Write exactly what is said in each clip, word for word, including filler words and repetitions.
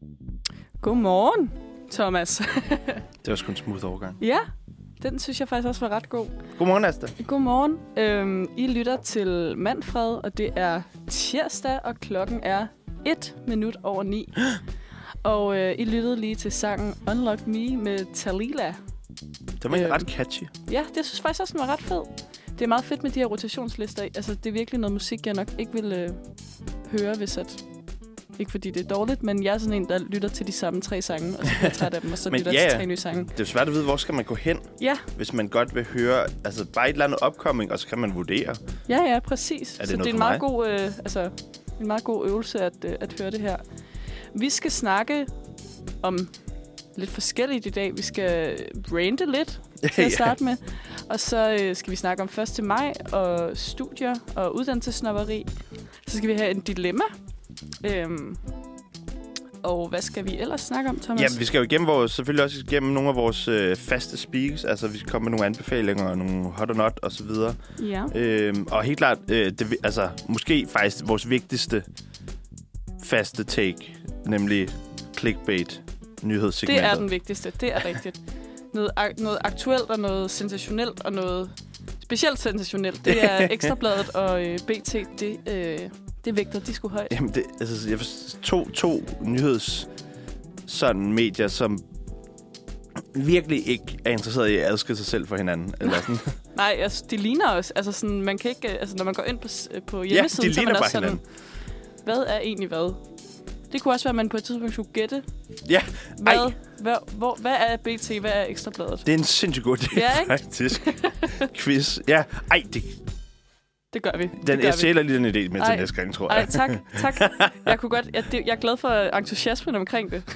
Godmorgen, Thomas. Det var sgu en smooth overgang. Ja, den synes jeg faktisk også var ret god. Godmorgen, Asta. Godmorgen. Øhm, I lytter til Manfred, og det er tirsdag, og klokken er et minut over ni. Og øh, I lyttede lige til sangen Unlock Me med Talila. Det var øhm, ret catchy. Ja, det synes jeg faktisk også, den var ret fed. Det er meget fedt med de her rotationslister. Altså, det er virkelig noget musik, jeg nok ikke vil øh, høre, hvis at... Ikke fordi det er dårligt, men jeg er sådan en, der lytter til de samme tre sange, og så bliver træt af dem, og så lytter ja, til tre nye sange. Det er svært at vide, hvor skal man gå hen, ja. hvis man godt vil høre altså bare et eller andet opkoming, og så kan man vurdere. Ja, ja, præcis. Er det så det er en meget, god, øh, altså, en meget god øvelse at, øh, at høre det her. Vi skal snakke om lidt forskelligt i dag. Vi skal rante lidt til at starte med. Og så øh, skal vi snakke om første maj og studier og uddannelsessnobberi. Så skal vi have en dilemma. Øhm, og hvad skal vi ellers snakke om, Thomas? Ja, vi skal jo igennem vores, selvfølgelig også igennem nogle af vores øh, faste speaks. Altså, vi skal komme med nogle anbefalinger og nogle hot or not og så videre. Ja. Øhm, og helt klart, øh, det, altså, måske faktisk vores vigtigste faste take, nemlig clickbait, nyhedssegmentet. Det er den vigtigste, det er rigtigt. Noget, ak- noget aktuelt og noget sensationelt og noget specielt sensationelt. Det er Ekstrabladet og øh, B T, det, øh, det vægter de sgu højt. Jamen, det, altså, jeg to, to nyheds sådan medier, som virkelig ikke er interesseret i at adskille sig selv fra hinanden. Eller sådan. Nej, altså, de ligner også. Altså, sådan, man kan ikke, altså, når man går ind på, på hjemmesiden, ja, så er man også sådan, hinanden. Hvad er egentlig hvad? Det kunne også være, at man på et tidspunkt skulle gætte. Ja, hvad, hvad, hvor, hvad er B T, hvad er Ekstrabladet? Det er en sindssygt god idé, ja, faktisk. Quiz. Ja, ej, det... Det gør vi. Den, jeg sjæler lige den idé med til næste gang, tror jeg. Ej, tak, tak. Jeg, kunne godt, jeg, det, jeg er glad for entusiasmen omkring det.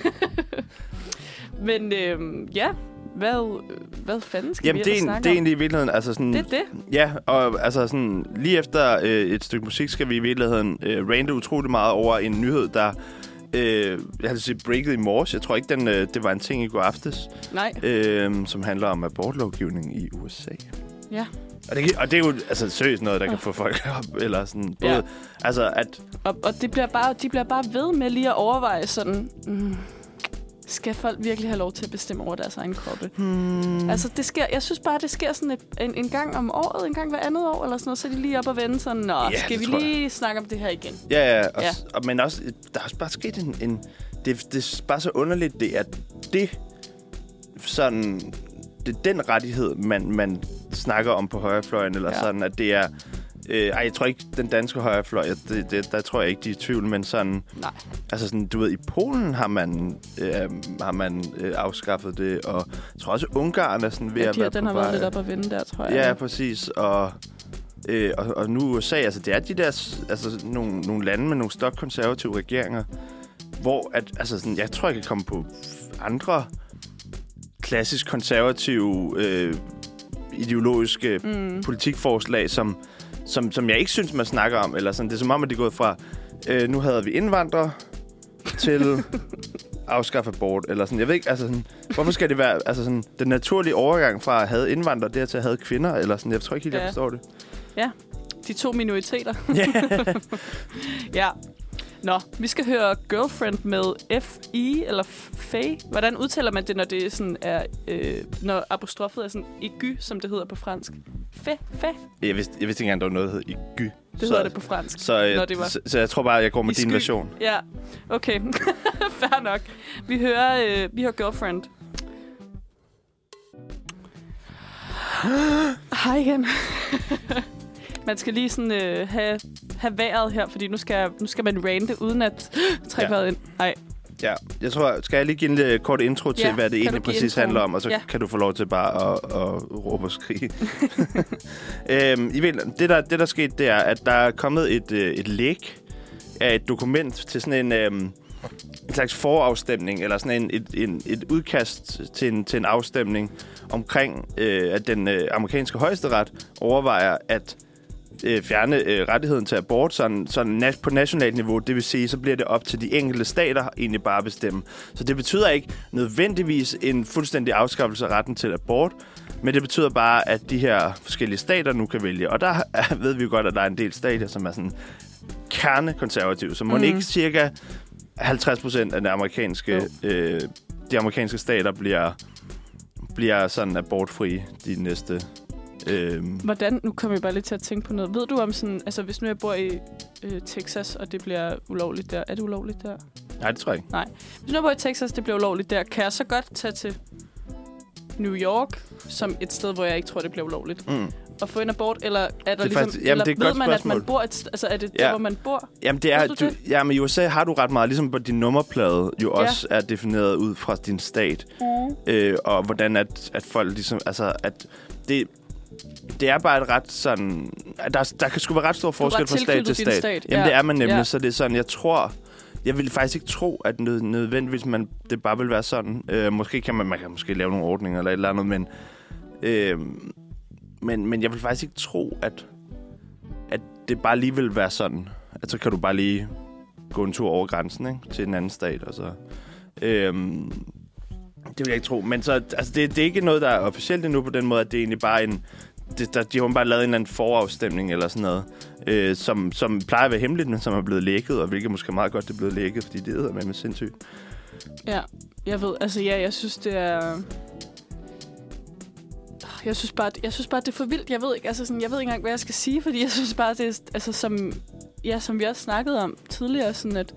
Men øhm, ja, hvad, hvad fanden skal Jamen, vi ellers det er, snakke det er om? egentlig i virkeligheden... Altså sådan, det er det? Ja, og altså sådan, lige efter øh, et stykke musik skal vi i virkeligheden øh, rante utrolig meget over en nyhed, der... Øh, jeg har sige breaket i morges. Jeg tror ikke, den, øh, det var en ting i går aftes. Nej. Øh, som handler om abortlovgivning i U S A. Ja. Og det, og det er jo altså seriøst noget, der kan få folk op, eller sådan både, ja. altså at... Og, og det bliver bare, de bliver bare ved med lige at overveje sådan, mm, skal folk virkelig have lov til at bestemme over deres egen kroppe? Hmm. Altså det sker, jeg synes bare, det sker sådan et, en, en gang om året, en gang hver andet år, eller sådan noget, så er de lige op og vende sådan, nå, ja, skal vi lige jeg. snakke om det her igen? Ja, ja, og, ja. Og, men også, der er også bare sket en, en det, det er bare så underligt, det at det sådan, det er den rettighed, man, man snakker om på højrefløjen, eller ja. sådan, at det er... Øh, ej, jeg tror ikke, den danske højrefløj, det, det, der tror jeg ikke, de er i tvivl, men sådan... Nej. Altså sådan, du ved, i Polen har man, øh, har man øh, afskaffet det, og jeg tror også, Ungarn er sådan ved ja, at være den på har vej. været lidt op at vinde der, tror jeg. Ja, præcis, og... Øh, og, og nu U S A, altså det er de der, altså nogle, nogle lande med nogle stokkonservative regeringer, hvor at, altså sådan, jeg tror, jeg kan komme på andre klassisk konservative øh, ideologiske mm. politikforslag, som, som, som jeg ikke synes, man snakker om. Eller sådan. Det er som om, at det er gået fra, øh, nu havde vi indvandrere til afskaffe abort. Eller sådan. Jeg ved ikke, altså sådan, hvorfor skal det være altså sådan, den naturlige overgang fra at have indvandrere der til at have kvinder? Eller sådan. Jeg tror ikke helt, ja. jeg forstår det. Ja, de to minoriteter. Ja. Nå, vi skal høre Girlfriend med F I eller Faye. Hvordan udtaler man det, når det er sådan er, øh, når apostrofet er sådan aigu, som det hedder på fransk? Fe, fe. Jeg vidste, jeg vidste ikke engang, der var noget, der hed aigu. Det så, hedder det på fransk. Så, øh, det var. så, så jeg tror bare, jeg går med I din sky. version. Ja, okay. Fair nok. Vi hører, øh, vi hører Girlfriend. Hej igen. Man skal lige sådan øh, have, have vejret her, fordi nu skal, nu skal man rante uden at trække ja. vejret ind. Nej. Ja, jeg tror, skal jeg lige give en uh, kort intro til, ja, hvad det egentlig præcis introen? handler om, og så ja. kan du få lov til bare at, at råbe og skrige. øhm, I ved, det, der, det, der skete, det er, at der er kommet et, øh, et læk af et dokument til sådan en, øh, en slags forafstemning, eller sådan en, et, en, et udkast til en, til en afstemning omkring, øh, at den øh, amerikanske højesteret overvejer at øh, fjerne øh, rettigheden til abort sådan, sådan na- på nationalt niveau. Det vil sige, så bliver det op til de enkelte stater egentlig bare at bestemme. Så det betyder ikke nødvendigvis en fuldstændig afskaffelse af retten til abort, men det betyder bare, at de her forskellige stater nu kan vælge. Og der ved vi jo godt, at der er en del stater, som er sådan kernekonservative. Så må mm. ikke cirka halvtreds procent af de amerikanske, øh, de amerikanske stater bliver, bliver sådan abortfri de næste... Øh... Hvordan? Nu kommer jeg bare lidt til at tænke på noget. Ved du om sådan... Altså, hvis nu jeg bor i øh, Texas, og det bliver ulovligt der... Er det ulovligt der? Nej, det tror jeg ikke. Nej. Hvis nu jeg bor i Texas, det bliver ulovligt der, kan jeg så godt tage til New York, som et sted, hvor jeg ikke tror, det bliver ulovligt, mm. og få en abort? Eller er der det er ligesom... Faktisk, jamen, eller det er ved man, spørgsmål. at man bor... Et, altså, er det ja. der, hvor man bor? Jamen, det er... Du, du jamen, i U S A har du ret meget, ligesom på din nummerplade jo ja. også er defineret ud fra din stat. Mm. Øh, og hvordan at, at folk ligesom... Altså, at det... Det er bare et ret sådan... Der, der kan sgu være ret stor forskel fra stat til stat. stat. Jamen, ja. det er man nemlig. Ja. Så det er sådan, jeg tror... Jeg vil faktisk ikke tro, at nød, nødvendigvis man, det bare vil være sådan. Øh, måske kan man, man kan måske lave nogle ordninger eller et eller andet, men... Øh, men, men jeg vil faktisk ikke tro, at, at det bare lige vil være sådan. At så kan du bare lige gå en tur over grænsen, ikke? Til en anden stat, og så... Øh, det vil jeg ikke tro. Men så, altså, det, det er ikke noget, der er officielt endnu på den måde, at det er egentlig bare en... Det, der, de har bare lavet en eller anden forafstemning eller sådan noget, øh, som, som plejer at være hemmeligt, men som er blevet lækket, og hvilket måske meget godt det er blevet lækket, fordi det hedder med med sindssygt. Ja, jeg ved, altså ja, jeg synes, det er... Jeg synes bare, jeg synes bare, det er for vildt. Jeg ved ikke, altså sådan, jeg ved ikke engang, hvad jeg skal sige, fordi jeg synes bare, det er, altså som, ja, som vi også snakkede om tidligere, sådan at,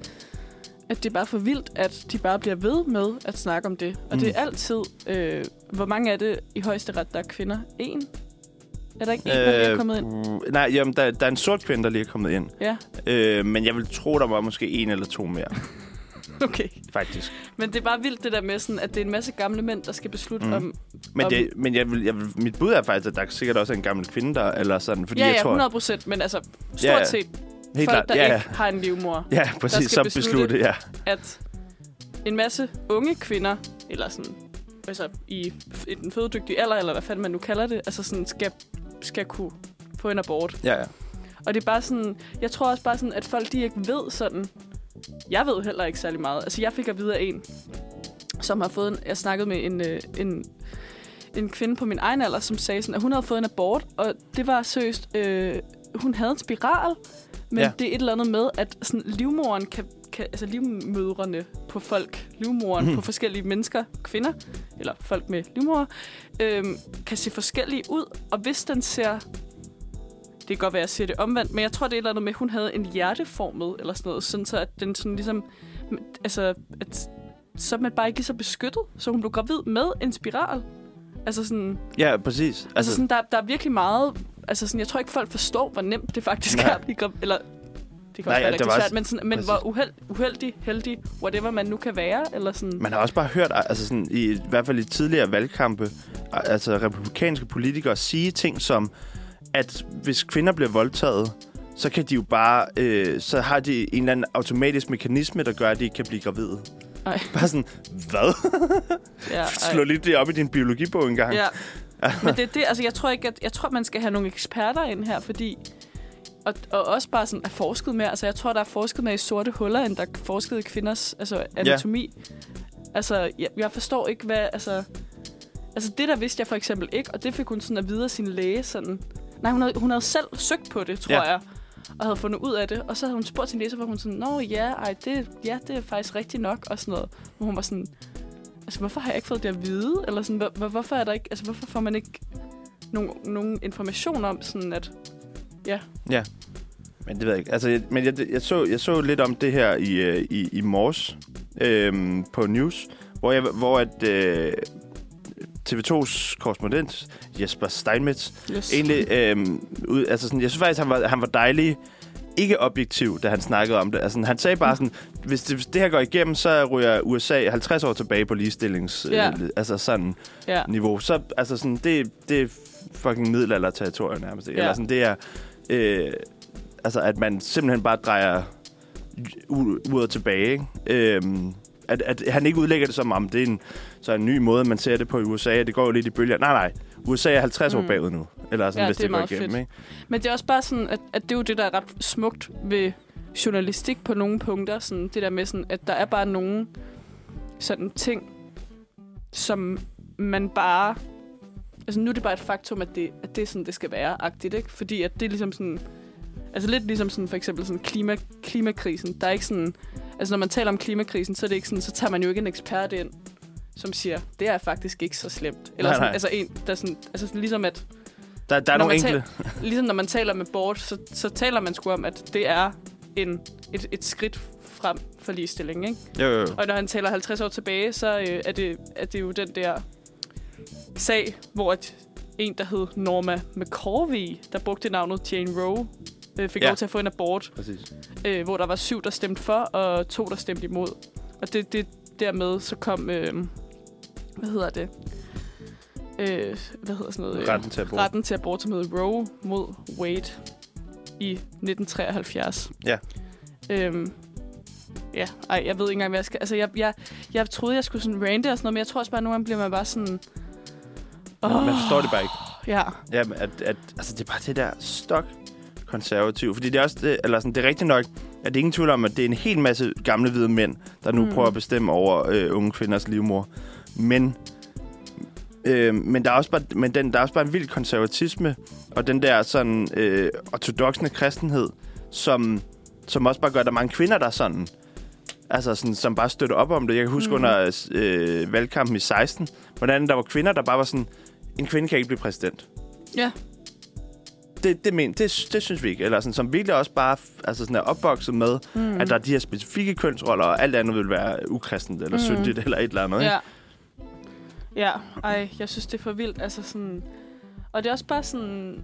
at det er bare for vildt, at de bare bliver ved med at snakke om det. Og mm. det er altid, øh, hvor mange er det i højesteret, der er kvinder? En? Er der ikke en, der lige er kommet ind? Øh, nej, jamen, der, der er en sort kvinde, der lige er kommet ind. Ja. Øh, men jeg vil tro, der var måske en eller to mere. Okay. Faktisk. Men det er bare vildt det der med, sådan, at det er en masse gamle mænd, der skal beslutte mm. om... Men, om det, men jeg vil, jeg vil, mit bud er faktisk, at der sikkert også er en gammel kvinde, der... Eller sådan, fordi ja, jeg ja, tror, hundrede procent. Men altså, stort ja, ja. set Helt folk, klart. der Ja, ja. ikke har en livmor. Ja, præcis. Så beslutte, beslutte, ja. At en masse unge kvinder, eller sådan... Altså, i, i den fødedygtige alder, eller hvad fanden man nu kalder det, altså sådan, skal, skal kunne få en abort. Ja, ja. Og det er bare sådan... Jeg tror også bare sådan, at folk, de ikke ved sådan... Jeg ved heller ikke særlig meget. Altså, jeg fik at vide af en, som har fået en... Jeg snakkede med en, øh, en, en kvinde på min egen alder, som sagde sådan, at hun havde fået en abort, og det var seriøst... Øh, hun havde en spiral, men ja. det er et eller andet med, at sådan, livmoren kan, kan... Altså, livmødrene på folk, livmoren mm. på forskellige mennesker, kvinder, eller folk med livmorer, øh, kan se forskellige ud, og hvis den ser... Det kan godt være, at jeg siger det omvendt, men jeg tror, det er et eller andet med, at hun havde en hjerteformet, eller sådan noget, sådan så at den sådan ligesom, altså, at, så er man bare ikke lige så beskyttet, så hun blev gravid med en spiral. Altså sådan... Ja, præcis. Altså, altså sådan, der, der er virkelig meget, altså sådan, jeg tror ikke, folk forstår, hvor nemt det faktisk nej. er at blive gravid, eller... Det kan også være rigtig svært, men, sådan, men hvor uheld, uheldig, heldig, whatever man nu kan være, eller sådan... Man har også bare hørt, altså sådan, i, i hvert fald i tidligere valgkampe, altså republikanske politikere sige ting som, at hvis kvinder bliver voldtaget, så kan de jo bare, øh, så har de en eller anden automatisk mekanisme, der gør, at de ikke kan blive gravide. Ej. Bare sådan, hvad? Ja, slå lige det op i din biologibog engang. Ja. Men det er det, altså jeg tror ikke, at jeg tror, man skal have nogle eksperter ind her, fordi og, og også bare sådan er forsket med, altså jeg tror, der er forsket med i sorte huller, end der er forsket i kvinders altså anatomi. Ja. Altså jeg, jeg forstår ikke, hvad, altså altså det der vidste jeg for eksempel ikke, og det fik hun sådan at vide af sin læge sådan. Nej, hun havde, hun havde selv søgt på det, tror ja. jeg, og havde fundet ud af det. Og så havde hun spurgt sin læser, hvor hun sådan, nå ja, ej, det, ja, det er faktisk rigtigt nok, og sådan noget. Hvor hun var sådan, altså hvorfor har jeg ikke fået det at vide? Eller sådan, hvor, hvorfor er der ikke, altså hvorfor får man ikke nogen, nogen information om sådan, at, ja. Ja, men det ved jeg ikke. Altså, jeg, men jeg, jeg, så, jeg så lidt om det her i, i, i morges øhm, på News, hvor, jeg, hvor at... Øh, T V to's korrespondent, Jesper Steinmetz, yes. egentlig, øhm, ud, altså sådan, jeg synes faktisk, han var, han var dejlig, ikke objektiv, da han snakkede om det. Altså, han sagde bare sådan, hvis det, hvis det her går igennem, så ryger U S A halvtreds år tilbage på ligestillings yeah. øh, altså sådan yeah. niveau. Så altså sådan, det, det er fucking middelalder-territorium nærmest. Yeah. Eller sådan, det er, øh, altså, at man simpelthen bare drejer uret tilbage, ikke? Øhm, At, at han ikke udlægger det som om, det er en, så en ny måde, man ser det på i U S A. Det går jo lidt i bølger. Nej, nej. U S A er halvtreds mm. år bagud nu. Eller sådan, ja, hvis det, det går igennem. Ikke? Men det er også bare sådan, at, at det er jo det, der er ret smukt ved journalistik på nogle punkter. Sådan, det der med, sådan, at der er bare nogle sådan ting, som man bare... Altså nu er det bare et faktum, at det, at det er sådan, det skal være agtigt, ikke? Fordi at det er ligesom sådan... Altså lidt ligesom sådan, for eksempel sådan klima, klimakrisen. Der er ikke sådan... Altså når man taler om klimakrisen, så er det ikke sådan, så tager man jo ikke en ekspert ind, som siger, det er faktisk ikke så slemt. Eller nej, sådan, nej. altså en, der sådan, altså sådan, ligesom at... Der, der er nogle enkle... Taler, ligesom når man taler med abort, så, så taler man sgu om, at det er en, et, et skridt frem for ligestilling, ikke? Jo, jo, jo. Og når han taler halvtreds år tilbage, så øh, er, det, er det jo den der sag, hvor et, en, der hed Norma McCorvey, der brugte navnet Jane Roe, øh, fik ja. lov til at få en abort. Præcis. Øh, hvor der var syv, der stemte for, og to, der stemte imod. Og det, det dermed så kom... Øh, hvad hedder det? Øh, hvad hedder sådan noget? Retten til abort. Retten til abort, som hedder Roe mod Wade i nitten treoghalvfjerds. Ja. Øhm, ja, ej, jeg ved ikke engang, hvad jeg skal... Altså, jeg, jeg, jeg troede, jeg skulle sådan rante og sådan noget, men jeg tror også bare, at nogle gange bliver man bare sådan... Oh, man forstår det bare ikke. Ja. Ja, at, at, altså, det er bare det der stok konservativ. Fordi det er også... Det, eller sådan, det er rigtigt nok, at det er ingen tvivl om, at det er en hel masse gamle hvide mænd, der nu mm. prøver at bestemme over øh, unge kvinders livmor. Men... Øh, men der er også bare, men den, der er også bare en vild konservatisme, og den der sådan øh, ortodoksne kristenhed, som, som også bare gør, at der er mange kvinder, der er sådan, altså sådan, som bare støtter op om det. Jeg kan huske mm. under øh, valgkampen i seksten, hvordan der var kvinder, der bare var sådan, en kvinde kan ikke blive præsident. Ja. Det, det, men, det, det synes vi ikke. Eller sådan, som virkelig også bare altså sådan er opvokset med, mm. at der er de her specifikke kønsroller, og alt andet vil være ukristent, eller mm. syndigt, eller et eller andet. Ikke? Ja. Ja, ej, jeg synes, det er for vildt. Altså sådan... Og det er også bare sådan...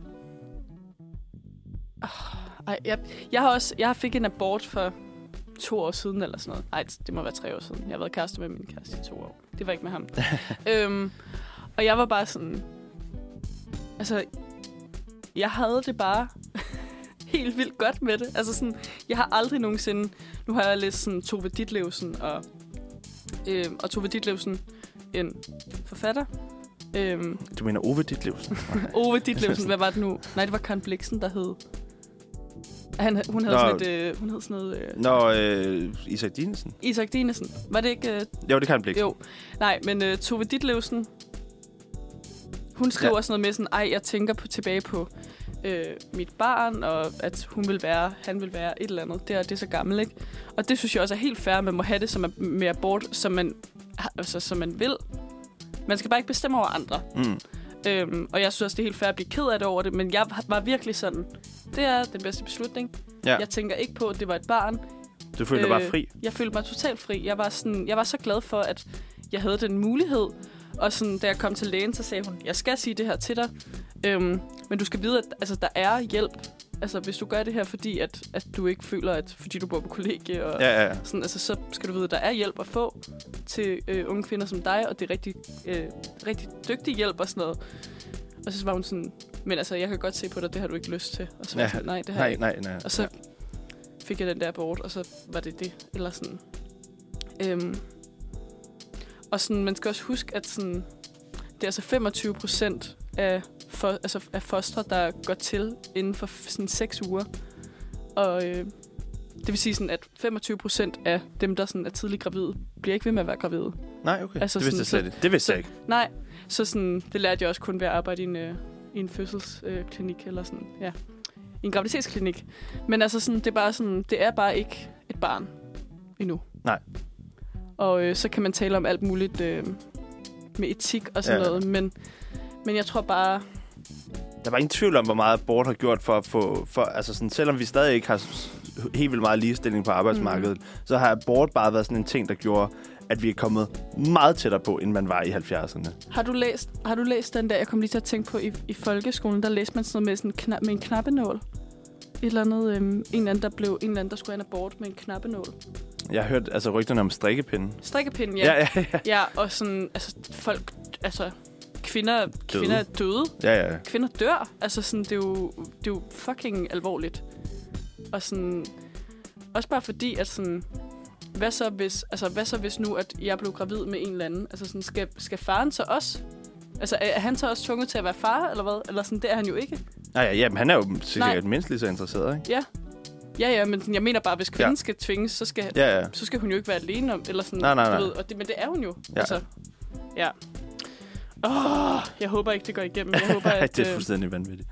Oh, ej, jeg, jeg har også... Jeg fik en abort for to år siden, eller sådan noget. Nej, det må være tre år siden. Jeg har været kæreste med min kæreste i to år. Det var ikke med ham. øhm, og jeg var bare sådan... Altså... Jeg havde det bare helt vildt godt med det. Altså sådan... Jeg har aldrig nogensinde... Nu har jeg læst sådan Tove Ditlevsen og... Øh, og Tove Ditlevsen... en forfatter. Øhm, du mener Ove Ditlevsen? Ove Ditlevsen, hvad var det nu? Nej, det var Karen Blixen, der hed... Han, hun, havde sådan et, øh, hun hed sådan noget... Øh, Nå, øh, Isak Dinesen. Isak Dinesen. Var det ikke... Øh, jo, det kan Blixen. Jo. Nej, men øh, Tove Ditlevsen, hun skriver ja. sådan noget med sådan, ej, jeg tænker på, tilbage på øh, mit barn, og at hun vil være, han vil være et eller andet. Det er, det er så gammel, ikke? Og det synes jeg også er helt fair, at man må have det som er, med abort, som man, altså, som man vil. Man skal bare ikke bestemme over andre. Mm. Øhm, og jeg synes også, det er helt fair at blive ked af det over det, men jeg var virkelig sådan, det er den bedste beslutning. Ja. Jeg tænker ikke på, at det var et barn. Du følte dig øh, bare fri? Jeg følte mig totalt fri. Jeg var, sådan, jeg var så glad for, at jeg havde den mulighed. Og sådan, da jeg kom til lægen, så sagde hun, jeg skal sige det her til dig. Øhm, men du skal vide, at altså, der er hjælp. Altså, hvis du gør det her, fordi at, at du ikke føler, at fordi du bor på kollegie, og ja, ja. Sådan, altså, så skal du vide, at der er hjælp at få til øh, unge kvinder som dig, og det er rigtig, øh, rigtig dygtig hjælp og sådan noget. Og så var hun sådan, men altså, jeg kan godt se på dig, det har du ikke lyst til. Og så var ja. jeg sådan, nej, det har nej, jeg ikke. Nej, nej, og så ja. fik jeg den der abort, og så var det det. Eller sådan. Øhm, og sådan, man skal også huske, at sådan, det er altså femogtyve procent af, for, altså af fostre, der går til inden for sådan seks uger. Og øh, det vil sige sådan, at femogtyve procent af dem, der sådan er tidligt gravide, bliver ikke ved med at være gravide. Nej, okay. Altså, det vidste sådan, jeg slet Det vidste så, jeg ikke. Nej, så sådan, det lærte jeg også kun ved at arbejde i en, øh, i en fødselsklinik, øh, eller sådan, ja, i en graviditetsklinik. Men altså sådan, det er bare sådan, det er bare ikke et barn endnu. Nej. Og øh, så kan man tale om alt muligt øh, med etik og sådan ja. noget, men, men jeg tror bare... Der var ingen tvivl om, hvor meget abort har gjort for at få... For, altså sådan, selvom vi stadig ikke har helt vildt meget ligestilling på arbejdsmarkedet, mm. så har abort bare været sådan en ting, der gjorde, at vi er kommet meget tættere på, end man var i halvfjerdserne. Har du læst, har du læst den der, jeg kom lige til at tænke på, i, i folkeskolen, der læste man sådan noget med, sådan kna, med en knappenål? Et eller andet, øhm, en eller anden, der blev, en eller anden, der skulle have en abort med en knappenål. Jeg har hørt altså rygterne om strikkepinden. Strikkepinden, ja. Ja, ja, ja. Ja, og sådan, altså folk, altså kvinder, kvinder er døde. Ja, ja, ja. Kvinder dør. Altså sådan, det er jo, det er jo fucking alvorligt. Og sådan, også bare fordi, at sådan, hvad så hvis, altså hvad så hvis nu, at jeg blev gravid med en eller anden? Altså sådan, skal, skal faren så også? Altså er, er han så også tvunget til at være far, eller hvad? Eller sådan, det er han jo ikke. Nej, ja, ja, men han er jo sikkert mindst lige så interesseret, ikke? Ja. Ja, ja, men jeg mener bare, hvis kvinden ja. skal tvinges, så skal, ja, ja. så skal hun jo ikke være alene om, eller sådan, nej, nej, nej. Du ved, og det, men det er hun jo. Ja. Altså, ja. Åh, jeg håber ikke, det går igennem. Jeg håber, at, det er fuldstændig vanvittigt.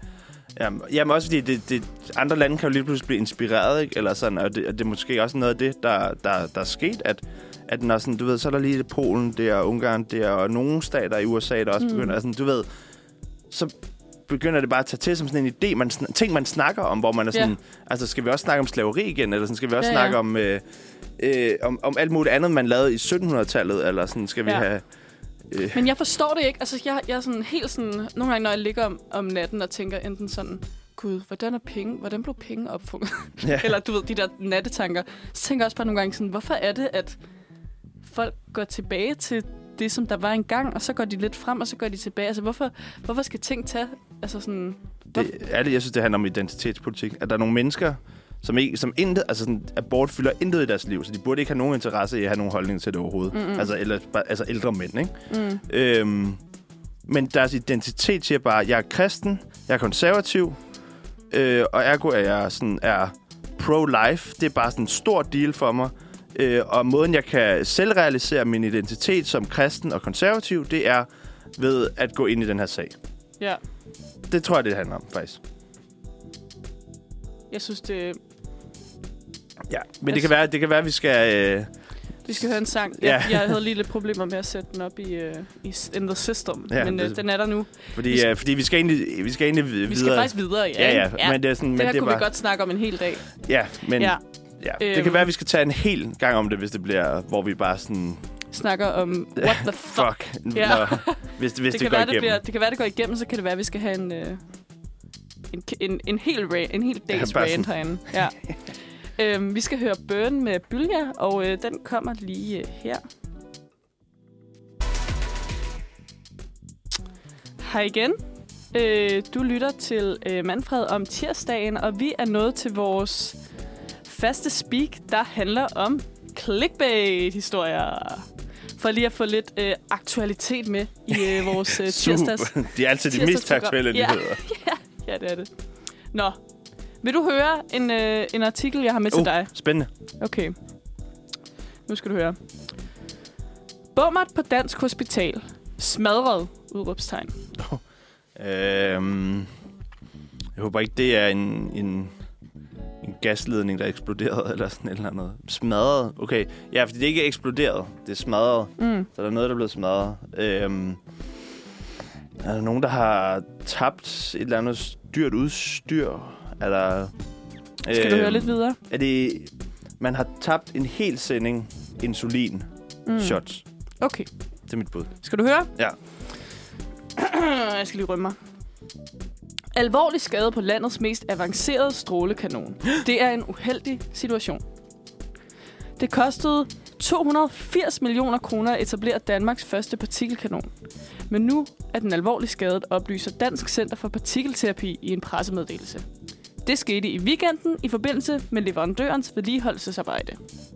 Jamen, jamen også fordi det, det, andre lande kan jo lige pludselig blive inspireret, ikke? Eller sådan, og det, og det er måske også noget af det, der, der, der er sket, at, at når sådan, du ved, så er der lige Polen, det er Ungarn, det er og nogle stater i U S A, der også mm. begynder, altså, du ved, så begynder det bare at tage til som sådan en idé, man, ting man snakker om, hvor man er sådan, yeah. altså skal vi også snakke om slaveri igen, eller sådan, skal vi også ja, snakke ja. om, øh, øh, om, om alt muligt andet, man lavede i syttenhundredetallet, eller sådan, skal vi ja. have... Øh. Men jeg forstår det ikke, altså jeg, jeg er sådan helt sådan, nogle gange når jeg ligger om, om natten og tænker enten sådan, gud, hvordan er penge, hvordan blev penge opfundet? Ja. Eller du ved, de der nattetanker, så tænker jeg også bare nogle gange sådan, hvorfor er det, at folk går tilbage til det, som der var engang, og så går de lidt frem, og så går de tilbage. Altså, hvorfor, hvorfor skal ting tage... Altså sådan... Det er det, jeg synes, det handler om identitetspolitik. At der er nogle mennesker, som, ikke, som intet... Altså, sådan, abort fylder intet i deres liv, så de burde ikke have nogen interesse i at have nogen holdning til det overhovedet. Mm-hmm. Altså, eller, altså ældre mænd, ikke? Mm. Øhm, men deres identitet siger bare, jeg er kristen, jeg er konservativ, øh, og ergo er jeg sådan, er pro-life. Det er bare sådan en stor deal for mig. Øh, og måden, jeg kan selvrealisere min identitet som kristen og konservativ, det er ved at gå ind i den her sag. Ja. Det tror jeg, det handler om, faktisk. Jeg synes, det... Ja, men det kan, være, det kan være, at vi skal... Øh... Vi skal høre en sang. Ja. Jeg, jeg havde lige lidt problemer med at sætte den op i, uh, i in the system, ja, men det, uh, den er der nu. Fordi, vi skal, uh, fordi vi skal egentlig, vi skal egentlig videre. Vi skal faktisk videre, ja. Ja, ja. ja. Men det, er sådan, det men her det kunne var... vi godt snakke om en hel dag. Ja, men... Ja. Ja, det øhm, kan være, at vi skal tage en hel gang om det, hvis det bliver, hvor vi bare sådan... Snakker om, what the fuck. fuck. Ja. Når, hvis hvis det, det, det går være, igennem. Det, bliver, det kan være, det går igennem, så kan det være, at vi skal have en, øh, en, en, en hel, ra- en hel dags ja, rant herinde. Ja. øhm, vi skal høre Burn med Bylja, og øh, den kommer lige øh, her. Hej igen. Øh, du lytter til øh, Manfred om tirsdagen, og vi er nået til vores... faste speak, der handler om clickbait-historier. For lige at få lidt øh, aktualitet med i øh, vores øh, tirsdags... De er altid de mest aktuelle nyheder. Ja, ja, det er det. Nå, vil du høre en, øh, en artikel, jeg har med uh, til dig? Spændende. Okay. Nu skal du høre. Bommert på Dansk Hospital. Smadret, udråbstegn. Oh. Øhm, jeg håber ikke, det er en... en En gasledning, der er eksploderet, eller sådan et eller andet. Smadret. Okay. Ja, fordi det ikke er eksploderet. Det er smadret. Mm. Så der er noget, der er blevet smadret. Øhm, er der nogen, der har tabt et eller andet dyrt udstyr? Er der... Skal øhm, du høre lidt videre? Er det... Man har tabt en hel sending insulin mm. shots. Okay. Det er mit bud. Skal du høre? Ja. Jeg skal lige rømme mig. Alvorlig skade på landets mest avancerede strålekanon. Det er en uheldig situation. Det kostede to hundrede og firs millioner kroner at etablere Danmarks første partikelkanon. Men nu er den alvorligt skadet, oplyser Dansk Center for Partikelterapi i en pressemeddelelse. Det skete i weekenden i forbindelse med leverandørens vedligeholdelsesarbejde.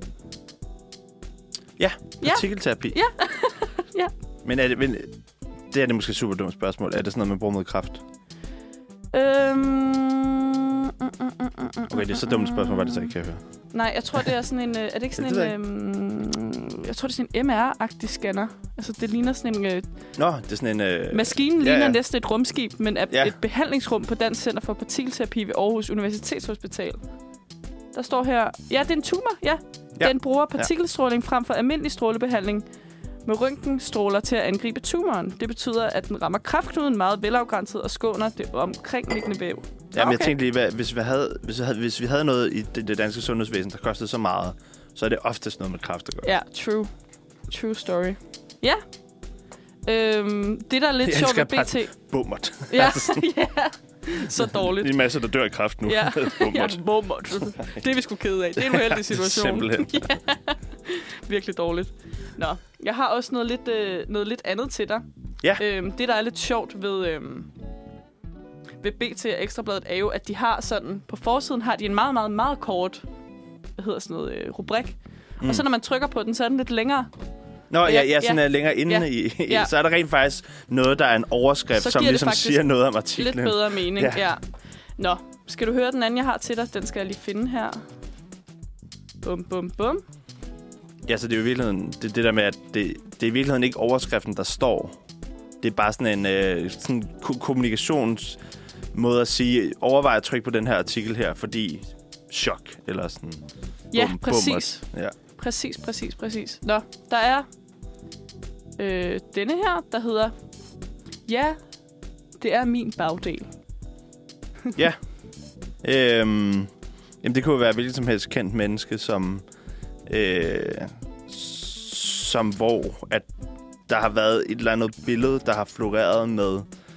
Ja, partikelterapi. Ja. Ja. Men er det... Men det er det måske et super dumt spørgsmål. Er det sådan noget, man bruger mod kræft? Øhm, mm, mm, mm, mm, okay, det er så dumt spørgsmål, hvad det så ikke kan høre. Nej, jeg tror, det er sådan en... Er det ikke sådan det en... Øhm, jeg tror, det er sådan en M R-agtig scanner. Altså, det ligner sådan en... Øh, Nå, det er sådan en... Øh, maskinen ja, ligner ja. næsten et rumskib, men er ja. et behandlingsrum på Dansk Center for Partikelterapi ved Aarhus Universitetshospital. Der står her... Ja, det er en tumor, ja. ja. Den bruger partikelstråling ja. frem for almindelig strålebehandling med røntgenstråler til at angribe tumoren. Det betyder, at den rammer kræftknuden meget velafgrænset og skåner det omkringliggende væv. Ja, men okay. Jeg tænkte lige, hvad, hvis, vi havde, hvis, vi havde, hvis vi havde noget i det, det danske sundhedsvæsen, der kostede så meget, så er det oftest noget med kræft at gøre. Ja, true. True story. Ja. Øhm, det, der er lidt sjovt ved B T... Bummert. Ja, ja. Så dårligt. Det er en masse, der dør i kræft nu. Ja, bummert. Ja, bummert. Det er vi sgu kede af. Det er en uheldig situation. Simpelthen. Ja. Virkelig dårligt. Nå, jeg har også noget lidt, øh, noget lidt andet til dig. Ja. Øhm, det, der er lidt sjovt ved, øhm, ved B T og Ekstrabladet, er jo, at de har sådan... På forsiden har de en meget, meget, meget kort... Hvad hedder sådan noget? Øh, rubrik. Mm. Og så når man trykker på den, så er den lidt længere. Nå, ja, ja, sådan ja. længere inde ja. i, i ja. Så er der rent faktisk noget, der er en overskrift, som ligesom siger noget om artiklen. Lidt bedre mening, ja. ja. Nå, skal du høre den anden, jeg har til dig? Den skal jeg lige finde her. Bum, bum, bum. Ja, så det er jo i virkeligheden det, det der med, at det, det er i virkeligheden ikke overskriften, der står. Det er bare sådan en øh, sådan ko- kommunikations... måde at sige, overvej at trykke på den her artikel her, fordi chok, eller sådan. Ja, bum, præcis. Bum, ja. Præcis, præcis, præcis. Nå, der er øh, denne her, der hedder, ja, det er min bagdel. Ja. Øhm, jamen, det kunne være hvilket som helst kendt menneske, som, øh, som hvor at der har været et eller andet billede, der har floreret med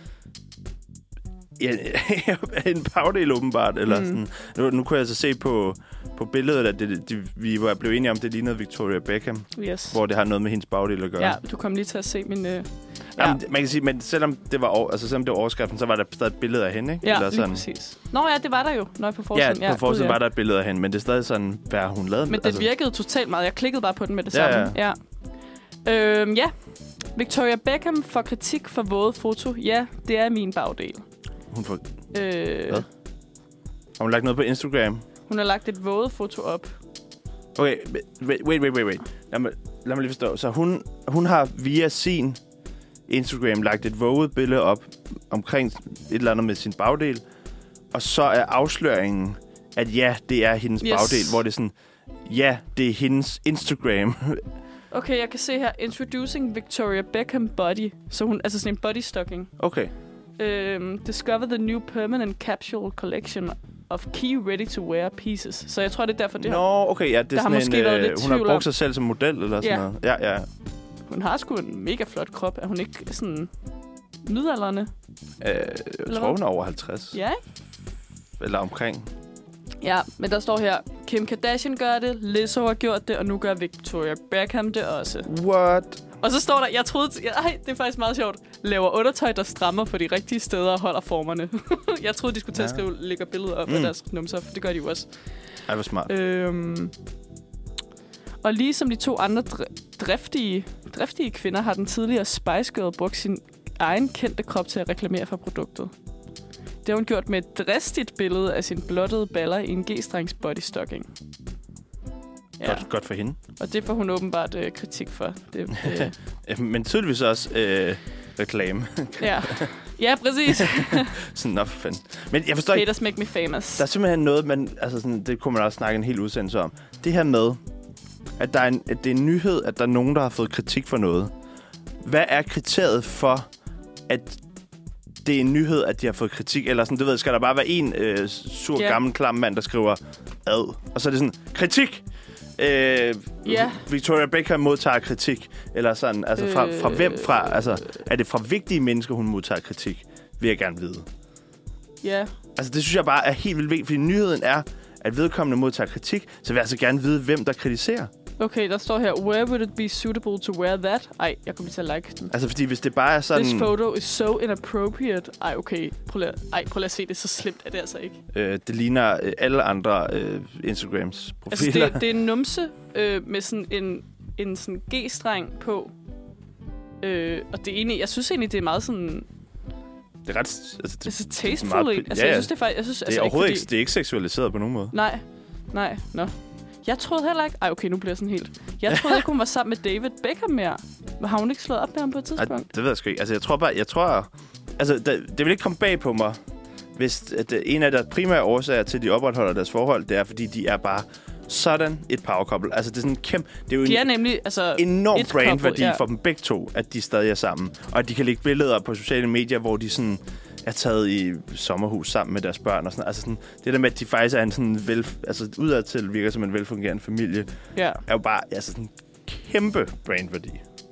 ja, en bagdel åbenbart. Eller mm. sådan. Nu, nu kunne jeg så se på, på billedet, at det, det, vi var blevet enige om, det lignede Victoria Beckham. Yes. Hvor det har noget med hendes bagdel at gøre. Ja, du kom lige til at se min... Øh, Jamen, ja. Man kan sige, men selvom det var, over, altså, selvom det var overskriften, så var der stadig et billede af hende, ikke? Ja, eller sådan. lige præcis. Nå ja, det var der jo, når jeg på forsiden. Ja, på forsiden ja, var der et billede af hende, men det er stadig sådan, hvad hun lavede. Men det altså... virkede totalt meget. Jeg klikkede bare på den med det ja, samme. Ja. Ja. Øhm, ja. Victoria Beckham får kritik for våde foto. Ja, det er min bagdel. Hun får... Øh... Hvad? Har hun lagt noget på Instagram? Hun har lagt et våde foto op. Okay, wait, wait, wait, wait. Lad mig, lad mig lige forstå. Så hun, hun har via sin Instagram lagt et våget billede op omkring et eller andet med sin bagdel, og så er afsløringen, at ja, det er hendes yes. bagdel, hvor det er sådan, ja, det er hendes Instagram. Okay, jeg kan se her, Introducing Victoria Beckham Body. Så hun, altså sådan en body stocking. Okay. Um, discover the new permanent capsule collection of key ready-to-wear pieces. Så jeg tror, det er derfor, det Nå, har... okay, ja, det er sådan en... Øh, hun har brugt sig selv som model, eller sådan ja. noget. Ja, ja. Hun har sgu en mega flot krop. Er hun ikke sådan midaldrende? Øh, jeg eller tror, hun er over halvtreds. Ja, ikke? Eller omkring. Ja, men der står her, Kim Kardashian gør det, Lizzo har gjort det, og nu gør Victoria Beckham det også. What? Og så står der, jeg troede... Ej, det er faktisk meget sjovt. Laver undertøj, der strammer på de rigtige steder og holder formerne. Jeg troede, de skulle til at skrive, lægger billeder op mm. af deres numser, for det gør de jo også. Ej, hvor smart. Øhm, og lige som de to andre dr- driftige, driftige kvinder, har den tidligere Spice Girl brugt sin egen kendte krop til at reklamere for produktet. Det har hun gjort med et dristigt billede af sin blottede baller i en G-strengs bodystocking. Ja. Godt, godt for hende. Og det får hun åbenbart øh, kritik for. Det, øh. Men tydeligvis også øh, reklame. ja. ja, præcis. sådan, nå for fanden. Men jeg forstår Haters make me famous. Der er simpelthen noget, man, altså sådan, det kunne man også snakke en hel udsendelse om. Det her med, at, der er en, at det er en nyhed, at der er nogen, der har fået kritik for noget. Hvad er kriteriet for, at det er en nyhed, at de har fået kritik? Eller sådan, du ved, skal der bare være en øh, sur, yeah. gammel, klam mand, der skriver ad? Og så er det sådan, kritik! Øh, yeah. Victoria Beckham modtager kritik. Eller sådan, altså fra, fra øh, hvem fra? Altså, er det fra vigtige mennesker, hun modtager kritik? Vil jeg gerne vide. Ja. Yeah. Altså, det synes jeg bare er helt vildt vigtigt, fordi nyheden er, at vedkommende modtager kritik, så vil jeg altså gerne vide, hvem der kritiserer. Okay, der står her, where would it be suitable to wear that? Ej, jeg kommer til at like den. Altså, fordi hvis det bare er sådan... This photo is so inappropriate. Ej, okay. Prøv lige, ej, prøv lige at se det. Så slemt er det altså ikke. Øh, det ligner øh, alle andre øh, Instagrams profiler. Altså, det, det er en numse øh, med sådan en, en sådan G-streng på. Øh, og det er egentlig... Jeg synes egentlig, det er meget sådan... Det er ret... Altså, det, altså, tasteful. Meget, altså, ja, jeg synes, det er faktisk... Jeg synes, det er altså, overhovedet ikke, fordi... ikke, det er ikke seksualiseret på nogen måde. Nej. Nej, nå. No. Jeg troede heller ikke... Ej, okay, nu bliver jeg sådan helt... Jeg troede ikke, hun var sammen med David Beckham mere. Har hun ikke slået op med ham på et tidspunkt? Ej, det ved jeg sgu ikke. Altså, jeg tror bare... Jeg tror... Altså, det, det vil ikke komme bag på mig, hvis at en af deres primære årsager til, at de opretholder deres forhold, det er, fordi de er bare sådan et power couple. Altså, det er sådan en kæmpe... Det er jo de er en nemlig, altså, enorm brandværdi ja. for dem begge to, at de stadig er sammen. Og at de kan lægge billeder på sociale medier, hvor de sådan... er taget i sommerhus sammen med deres børn og sådan. Altså sådan, det der med, at de faktisk er en sådan vel, altså udadtil virker som en velfungerende familie, ja. er jo bare altså sådan kæmpe brandværdi.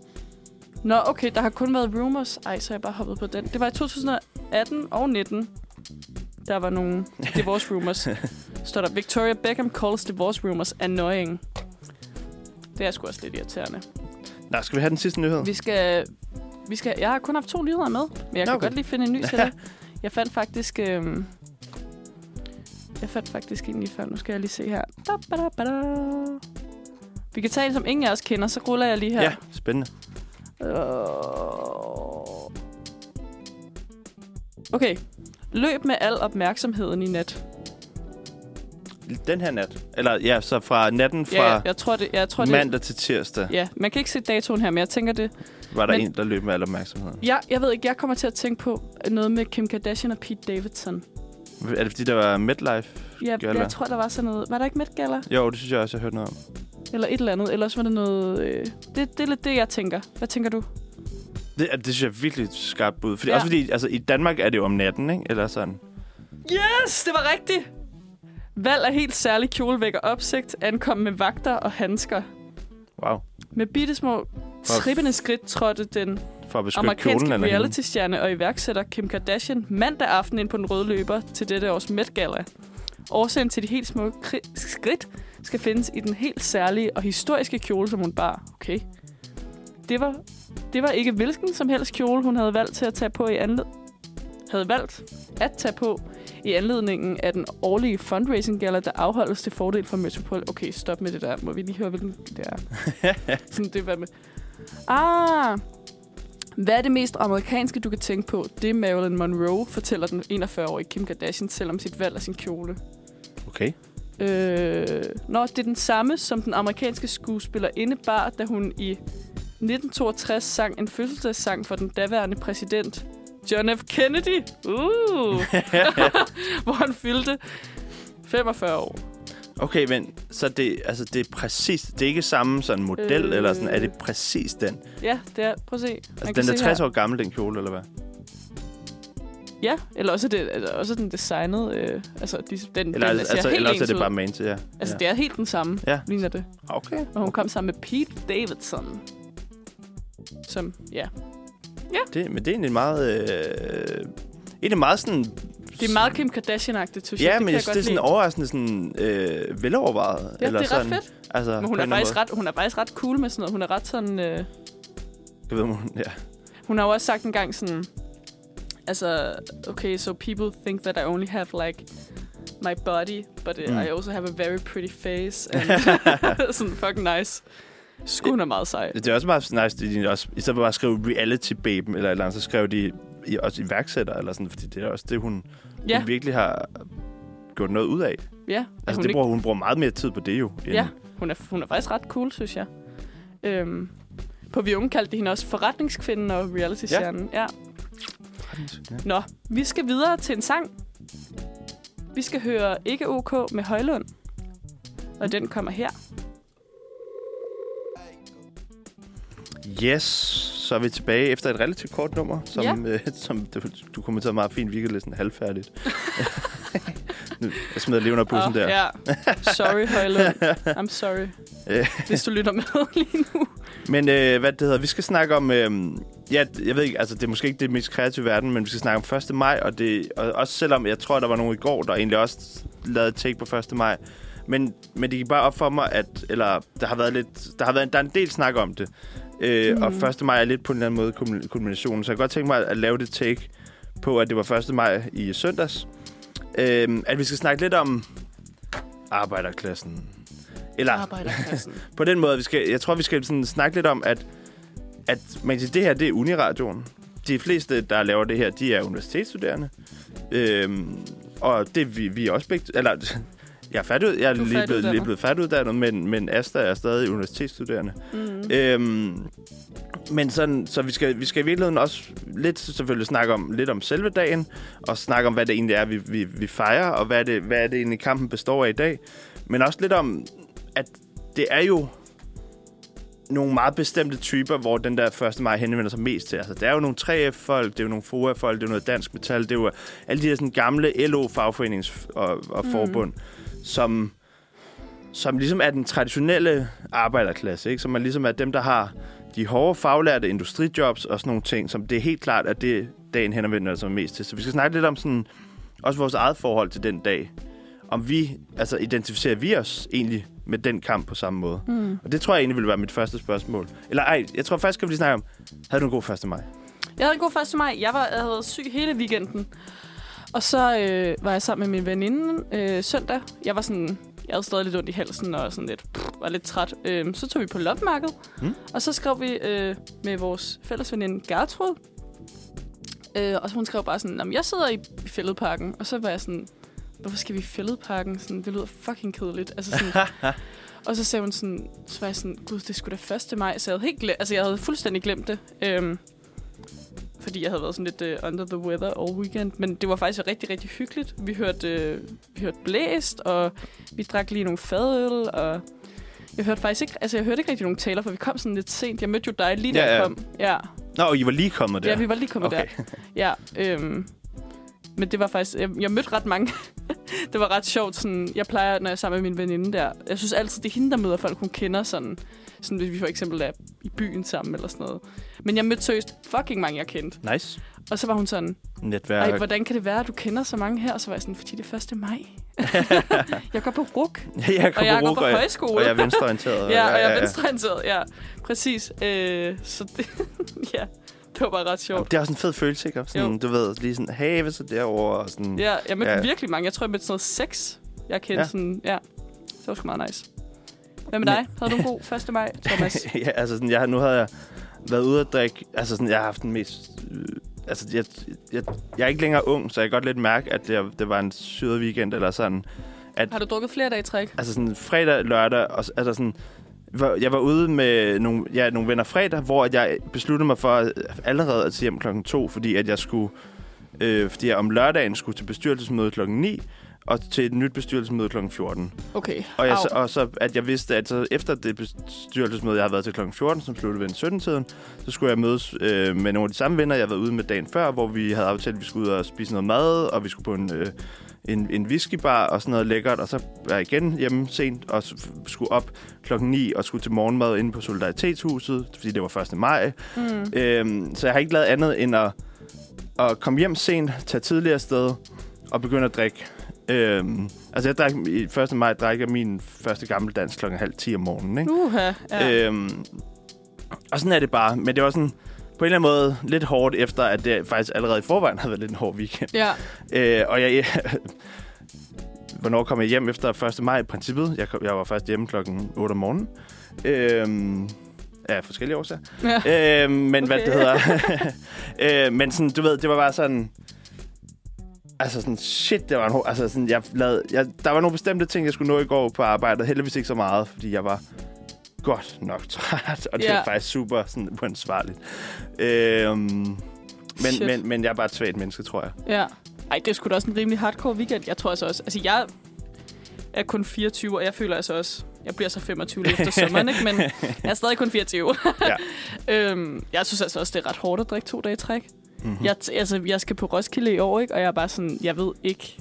Nå, okay, der har kun været rumors. Ej, så har jeg bare hoppet på den. Det var i to tusind atten og nitten. Der var nogle divorce rumors. Står der, Victoria Beckham calls divorce rumors annoying. Det er sgu også lidt irriterende. Nå, skal vi have den sidste nyhed? Vi skal... Vi skal, jeg har kun haft to nyheder med, men jeg kan okay. godt lige finde en ny til det. Jeg fandt faktisk... Øhm, jeg fandt faktisk en lige før. Nu skal jeg lige se her. Da, ba, da, ba, da. Vi kan tage en, som ingen af os kender, så ruller jeg lige her. Ja, spændende. Okay. Løb med al opmærksomheden i nat. den her nat. Eller ja, så fra natten fra ja, jeg tror det, jeg tror mandag det, til tirsdag. Ja, man kan ikke se datoen her, men jeg tænker det. Var der men, en, der løb med al opmærksomheden? Ja, jeg ved ikke, jeg kommer til at tænke på noget med Kim Kardashian og Pete Davidson. Er det fordi, der var Midlife? Ja, Gala? Jeg tror, der var sådan noget. Var der ikke Met Gala? Jo, det synes jeg også, jeg har hørt noget om. Eller et eller andet. Ellers var det noget... Øh, det, det er lidt det, jeg tænker. Hvad tænker du? Det, det synes jeg er virkelig skarpt bud. Fordi, ja. Også fordi, altså i Danmark er det jo om natten, ikke? Eller sådan. Yes, det var rigtigt! Valg af helt særlig kjole vækker opsigt. Ankom med vagter og handsker. Wow. Med bittesmå, trippende skridt trådte den amerikanske reality-stjerne og iværksætter Kim Kardashian mandag aften ind på den røde løber til dette års Met Gala. Årsagen til de helt små skridt skal findes i den helt særlige og historiske kjole, som hun bar. Okay. Det var, det var ikke hvilken som helst kjole, hun havde valgt til at tage på i anled... havde valgt at tage på i anledningen af den årlige fundraising-gala, der afholdes til fordel for Metropol. Okay, stop med det der. Må vi lige høre, hvilken det er? Sådan, det var med... Ah! Hvad er det mest amerikanske, du kan tænke på? Det er Marilyn Monroe, fortæller den enogfyrre-årige Kim Kardashian selv om sit valg af sin kjole. Okay. Øh, nå, det er den samme, som den amerikanske skuespillerinde bar, da hun i nitten toogtres sang en fødselsdagssang for den daværende præsident John F. Kennedy. Uh! Hvor han fyldte femogfyrre år. Okay, men så det, altså, det er præcis... Det er ikke samme sådan model, øh, eller sådan... Er det præcis den? Ja, det er. Prøv at se. Altså, den er tres år gammel, den kjole, eller hvad? Ja, eller også, det, altså, også den designet... Øh, altså, de, den, eller den, altså, altså, eller også er det bare main til, ja. Altså, ja. det er helt den samme, ja. ligner det. Okay. Og hun okay. kom sammen med Pete Davidson. Som, ja... Ja. Det, men det er egentlig meget... Øh, egentlig meget sådan... Det er meget Kim Kardashian-agtigt, synes ja, jeg. men jeg synes, det er sådan overraskende sådan, øh, velovervejet. Ja, eller det er sådan, ret fedt. Altså, men hun er, faktisk ret, hun er faktisk ret cool med sådan noget. Hun er ret sådan... Øh... Jeg ved, hun, ja. Hun har jo også sagt en gang sådan... Altså, okay, so people think that I only have like my body, but mm. I also have a very pretty face. And sådan fucking nice. Sku, hun er meget sej. Det er også meget nice, at de også, i stedet for bare at skrive reality babe eller et eller andet, så skrev de i, også iværksætter, eller sådan, fordi det er også det, hun, ja. hun virkelig har gjort noget ud af. Ja. Altså, hun, det bruger, hun bruger meget mere tid på det jo. End... Ja, hun er, hun er faktisk ret cool, synes jeg. Øhm, på Vi Unge kaldte de hende også forretningskvinden og reality-stjernen. Ja. ja. Nå, vi skal videre til en sang. Vi skal høre Ikke OK med Højlund. Og den kommer her. Yes, så er vi tilbage efter et relativt kort nummer, som, ja. øh, som du, du kommenterede meget fint, virkede lidt sådan halvfærdigt. Jeg smider lige under bussen oh, der. Ja. Sorry, Højlund. I'm sorry, hvis du lytter med lige nu. Men øh, hvad det hedder, vi skal snakke om... Øh, ja, jeg ved ikke, altså det er måske ikke det mest kreative verden, men vi skal snakke om første maj, og, det, og også selvom jeg tror, der var nogen i går, der egentlig også lavede et take på første maj. Men, men det gik bare op for mig, at... Eller der har været lidt... Der har været der er en del snak om det. Øh, mm. Og første maj er lidt på en eller anden måde kulminationen. Så jeg kan godt tænke mig at lave det take på, at det var første maj i søndags. Øh, at vi skal snakke lidt om arbejderklassen. Eller arbejderklassen. På den måde, vi skal, jeg tror, vi skal sådan snakke lidt om, at, at man siger, det her, det er Uniradioen. De fleste, der laver det her, de er universitetsstuderende. Øh, og det er vi, vi er også begge... Eller... Jeg er, færdig, jeg er lige blevet, lige blevet færdiguddannet, men, men Asta er stadig universitetsstuderende. Mm-hmm. Øhm, men sådan, så vi skal, vi skal i virkeligheden også lidt selvfølgelig snakke om, lidt om selve dagen, og snakke om, hvad det egentlig er, vi, vi, vi fejrer, og hvad det, hvad det egentlig kampen består af i dag. Men også lidt om, at det er jo nogle meget bestemte typer, hvor den der første maj henvender sig mest til. Altså, der er jo nogle tre F-folk, det er jo nogle F O A-folk, det er noget dansk metal, det er jo alle de her sådan gamle L O-fagforenings- og, og mm. forbund, som, som ligesom er den traditionelle arbejderklasse, ikke? Som er ligesom er dem, der har de hårde faglærte industrijobs og sådan nogle ting, som det er helt klart, at det dagen henvender sig mest til. Så vi skal snakke lidt om sådan, også vores eget forhold til den dag. Om vi, altså identificerer vi os egentlig med den kamp på samme måde. Mm. Og det tror jeg egentlig ville være mit første spørgsmål. Eller ej, jeg tror faktisk, at vi lige snakke om, havde du en god første maj? Jeg havde en god første maj. Jeg, var, jeg havde været syg hele weekenden. Og så øh, var jeg sammen med min veninde øh, søndag. Jeg var sådan, jeg havde stadig lidt ondt i halsen og sådan lidt, pff, var lidt træt. Øh, så tog vi på loppemarked. Mm. Og så skrev vi øh, med vores fælles veninde Gertrud. Øh, og så hun skrev bare sådan, jeg sidder i, i Fælledparken. Og så var jeg sådan... hvorfor skal vi i Fælledparken? Sådan, det lyder fucking kedeligt. Altså sådan, og så sagde hun sådan, så var jeg sådan, gud, det skulle da første maj. Så jeg havde, helt glem, altså, jeg havde fuldstændig glemt det. Øhm, fordi jeg havde været sådan lidt uh, under the weather all weekend. Men det var faktisk rigtig, rigtig hyggeligt. Vi hørte, uh, vi hørte blæst, og vi drak lige nogle fadøl, og jeg hørte faktisk ikke, altså jeg hørte ikke rigtig nogen taler, for vi kom sådan lidt sent. Jeg mødte jo dig lige da ja, jeg ja. kom. Ja. Nå, og I var lige kommet der? Ja, vi var lige kommet okay. der. Ja, øhm, men det var faktisk, jeg, jeg mødte ret mange. Det var ret sjovt, sådan, jeg plejer, når jeg er sammen med min veninde der, jeg synes altid, det er hende, der møder folk, hun kender sådan, sådan hvis vi for eksempel er i byen sammen eller sådan noget. Men jeg mødte seriøst fucking mange, jeg kendte. Nice. Og så var hun sådan, netværk. Ej, hvordan kan det være, at du kender så mange her? Og så var jeg sådan, fordi det er første maj. Jeg går på R U C. Ja, jeg går og jeg på går på og højskole. Og jeg er venstreorienteret. Ja, og jeg er venstreorienteret, ja. Præcis. Øh, så det, ja, det var bare ret sjovt. Jamen, det er også en fed følelse, ikke? Sådan, du ved, lige sådan, hey, hvad så derovre? Og sådan, ja, jeg mødte ja. virkelig mange. Jeg tror, jeg mødte sådan noget seks. Jeg kendte ja. sådan, ja. Det var sgu meget nice. Hvad med dig? Havde du en god første maj, Thomas? Ja, altså sådan, jeg, nu havde jeg været ude at drikke, altså sådan, jeg har haft den mest... Øh, altså, jeg, jeg, jeg er ikke længere ung, så jeg kan godt lidt mærke, at det, det var en syret weekend, eller sådan. At, har du drukket flere dage i træk? Altså sådan fredag, lørdag, og, altså sådan... Jeg var ude med nogle, ja, nogle venner fredag, hvor jeg besluttede mig for allerede at tage hjem klokken to, fordi at jeg skulle, øh, fordi jeg om lørdagen skulle til bestyrelsesmøde klokken ni, og til et nyt bestyrelsesmøde klokken fjorten. Okay. Og, jeg, så, og så, at jeg vidste, at så efter det bestyrelsesmøde, jeg havde været til klokken fjorten, som sluttede ved sytten-tiden, så skulle jeg mødes øh, med nogle af de samme venner, jeg havde været ude med dagen før, hvor vi havde aftalt, at vi skulle ud og spise noget mad, og vi skulle på en... Øh, En, en whiskybar og sådan noget lækkert, og så var jeg igen hjemme sent og skulle op klokken ni og skulle til morgenmad inde på Solidaritetshuset, fordi det var første maj. Mm. Øhm, så jeg har ikke lavet andet end at, at komme hjem sent, tage tidligere sted og begynde at drikke. Øhm, altså jeg drak i første maj drak jeg min første gammeldans klokken halv ti om morgenen. Ikke? Uha, ja. øhm, og sådan er det bare. Men det var sådan på en eller anden måde lidt hårdt, efter at det faktisk allerede i forvejen havde været lidt en hård weekend. Ja. Øh, og jeg... Hvornår kom jeg hjem efter første maj i princippet? Jeg, kom, jeg var først hjemme klokken otte om morgenen. Øhm, af forskellige årsager. Ja. Øhm, men okay. Hvad det hedder... øh, men sådan, du ved, det var bare sådan... Altså sådan, shit, det var en hård... Altså sådan, jeg lavede... Jeg, der var nogle bestemte ting, jeg skulle nå i går på arbejdet. Heldigvis ikke så meget, fordi jeg var... godt nok træt, og det yeah. er faktisk super sådan uansvarligt. Øhm, men, men, men jeg er bare et svagt menneske, tror jeg. Ja. Ej, det er sgu da også en rimelig hardcore weekend. Jeg tror altså også... Altså, jeg er kun fireogtyve, og jeg føler altså også... Jeg bliver så femogtyve efter sommeren, ikke? Men jeg er stadig kun fireogtyve. Ja. øhm, jeg synes altså også, det er ret hårdt at drikke to dage i træk. Mm-hmm. Jeg, altså, jeg skal på Roskilde i år, ikke? Og jeg er bare sådan... Jeg ved ikke,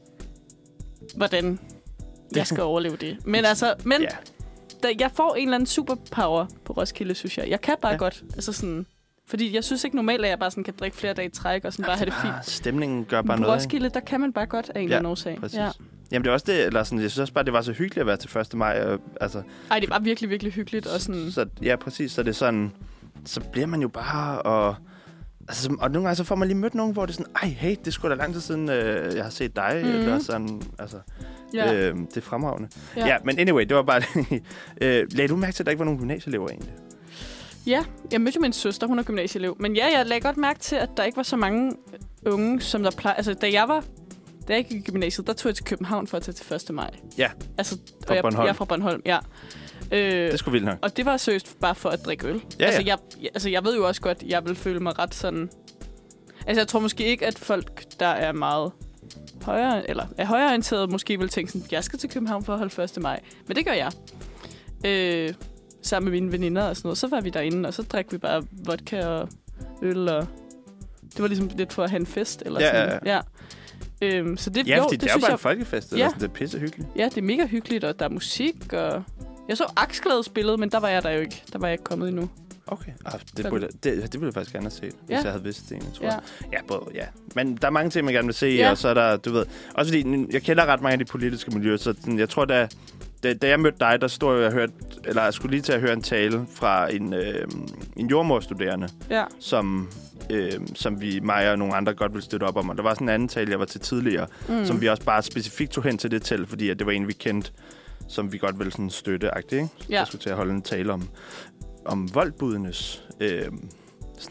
hvordan jeg skal overleve det. Men altså... Men, yeah. Jeg får en eller anden superpower på Roskilde, synes jeg. Jeg kan bare ja. godt. Altså sådan, fordi jeg synes ikke normalt, at jeg bare sådan kan drikke flere dage i træk og sådan ja, bare have det fint. Stemningen gør bare på noget. På Roskilde, der kan man bare godt af en eller anden årsag. Præcis. Ja. Jamen det er også det, eller sådan, jeg synes også bare, det var så hyggeligt at være til første maj. Og, altså, Ej, det var virkelig, virkelig hyggeligt. Og sådan... så, ja, præcis. Så det er sådan, så bliver man jo bare... Og, altså, og nogle gange så får man lige mødt nogen, hvor det er sådan, ej, hey, det er sgu da lang tid siden, øh, jeg har set dig. Mm-hmm. Eller sådan, altså... Ja. Øh, det er fremragende. Ja. ja, men anyway, det var bare... øh, lagde du mærke til, at der ikke var nogen gymnasieelever egentlig? Ja, jeg mødte min søster, hun er gymnasieelev. Men ja, jeg lagde godt mærke til, at der ikke var så mange unge, som der plejer... Altså, da jeg var... Da jeg gik i gymnasiet, der tog jeg til København for at tage til første maj. Ja, altså, fra jeg, Bornholm. Jeg er fra Bornholm, ja. Øh, det skulle vildt nok. Og det var seriøst bare for at drikke øl. Ja, altså, ja. Jeg, altså, jeg ved jo også godt, at jeg vil føle mig ret sådan... Altså, jeg tror måske ikke, at folk, der er meget... højere, eller er højreorienteret, måske vil tænke sådan, jeg skal til København for at holde første maj. Men det gør jeg. Øh, sammen med mine veninder og sådan noget. Så var vi derinde, og så drak vi bare vodka og øl, og det var ligesom lidt for at have en fest, eller ja, sådan. Ja, ja. Øhm, så det, ja, jo, fordi det, det er jo bare jeg, en folkefest, ja. Eller sådan, det er pissehyggeligt. Ja, det er mega hyggeligt, og der er musik, og jeg så Aksglæde spillet, men der var jeg der jo ikke. Der var jeg ikke kommet endnu. Okay, ah, det, burde, det, det ville jeg faktisk gerne have set, hvis ja. jeg havde vidst det, tror ja. jeg. Ja, både, ja. Men der er mange ting, man gerne vil se, ja. og så er der, du ved... Også fordi, jeg kender ret mange af de politiske miljøer, så sådan, jeg tror, da, da, da jeg mødte dig, der stod jeg og hørte... Eller jeg skulle lige til at høre en tale fra en, øh, en jordmorstuderende, ja. som, øh, som vi, mig og nogle andre godt ville støtte op om. Og der var sådan en anden tale, jeg var til tidligere, mm. som vi også bare specifikt tog hen til det til, fordi at det var en, vi kendte, som vi godt ville sådan støtte-agtigt, ikke? Ja. Jeg skulle til at holde en tale om... om voldbudenes øh, sådan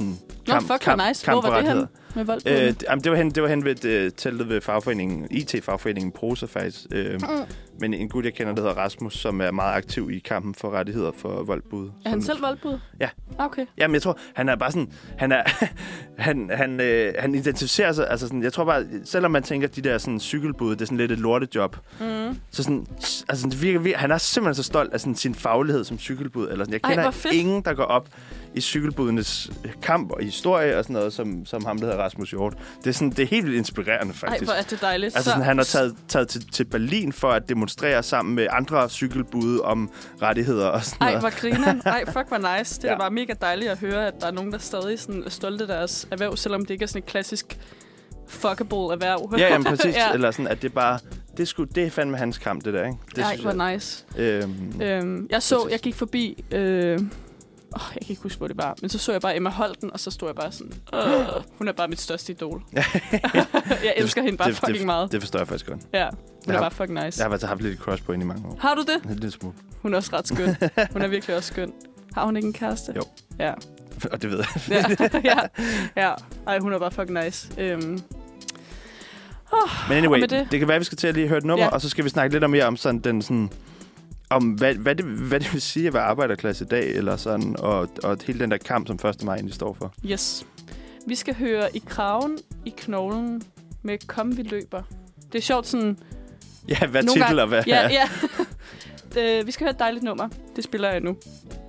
Nå, fuck, kamp, nice. Hvor var det hen med voldbudene? Øh, det, det var hen, det var hen ved uh, teltet ved fagforeningen, I T-fagforeningen Prosa faktisk. Øh, mm. Men en gut, jeg kender, der hedder Rasmus, som er meget aktiv i kampen for rettigheder for voldbud. Er han selv voldbud? Ja. Okay. Jamen, jeg tror, han er bare sådan... Han, er, han, han, øh, han identificerer sig... Altså sådan, jeg tror bare, selvom man tænker, at de der sådan, cykelbud, det er sådan lidt et lortejob. Mm. Så sådan... Altså, det virker, virker, han er simpelthen så stolt af sådan, sin faglighed som cykelbud. Eller sådan. Jeg kender Ej, ingen, der går op i cykelbudenes kamp og historie og sådan noget, som, som ham, der hedder Rasmus Hjort. Det er, sådan, det er helt vildt inspirerende, faktisk. Ej, hvor er det dejligt. Altså, sådan, han har taget, taget til, til Berlin for at demonstrere sammen med andre cykelbude om rettigheder og sådan Ej, noget. hvor griner. Ej, fuck, hvor nice. Det er ja. bare mega dejligt at høre, at der er nogen, der stadig sådan er stolte af deres erhverv, selvom det ikke er sådan et klassisk fuckable erhverv. Ja, jamen, præcis. ja. Eller sådan, at det bare... Det, skulle, det er fandme hans kamp, det der, ikke? Det Ej, hvor nice. Øhm, øhm, jeg så, jeg gik forbi... Øh, Oh, jeg kan ikke huske, hvor det var. Men så så jeg bare Emma Holten, og så stod jeg bare sådan... Øh, hun er bare mit største idol. jeg elsker det, hende bare det, fucking det, meget. Det forstår jeg faktisk godt. Ja, hun jeg er har, bare fucking nice. Jeg har faktisk haft lidt crush på hende i mange år. Har du det? Lidt smule. Hun er også ret skøn. Hun er virkelig også skøn. Har hun ikke en kæreste? Jo. Ja. Og det ved jeg. ja. ja. ja. Ej, hun er bare fucking nice. Øhm. Oh, Men anyway, det? det kan være, at vi skal til at lige høre et nummer, ja. og så skal vi snakke lidt mere om sådan den sådan... om hvad, hvad, det, hvad det vil sige at være arbejderklasse i dag, eller sådan, og, og hele den der kamp, som første maj egentlig står for. Yes. Vi skal høre I kraven, i knoglen med Kom vi løber. Det er sjovt sådan... Ja, hvad titel gang... og hvad... Ja, ja. det, vi skal høre et dejligt nummer. Det spiller jeg nu.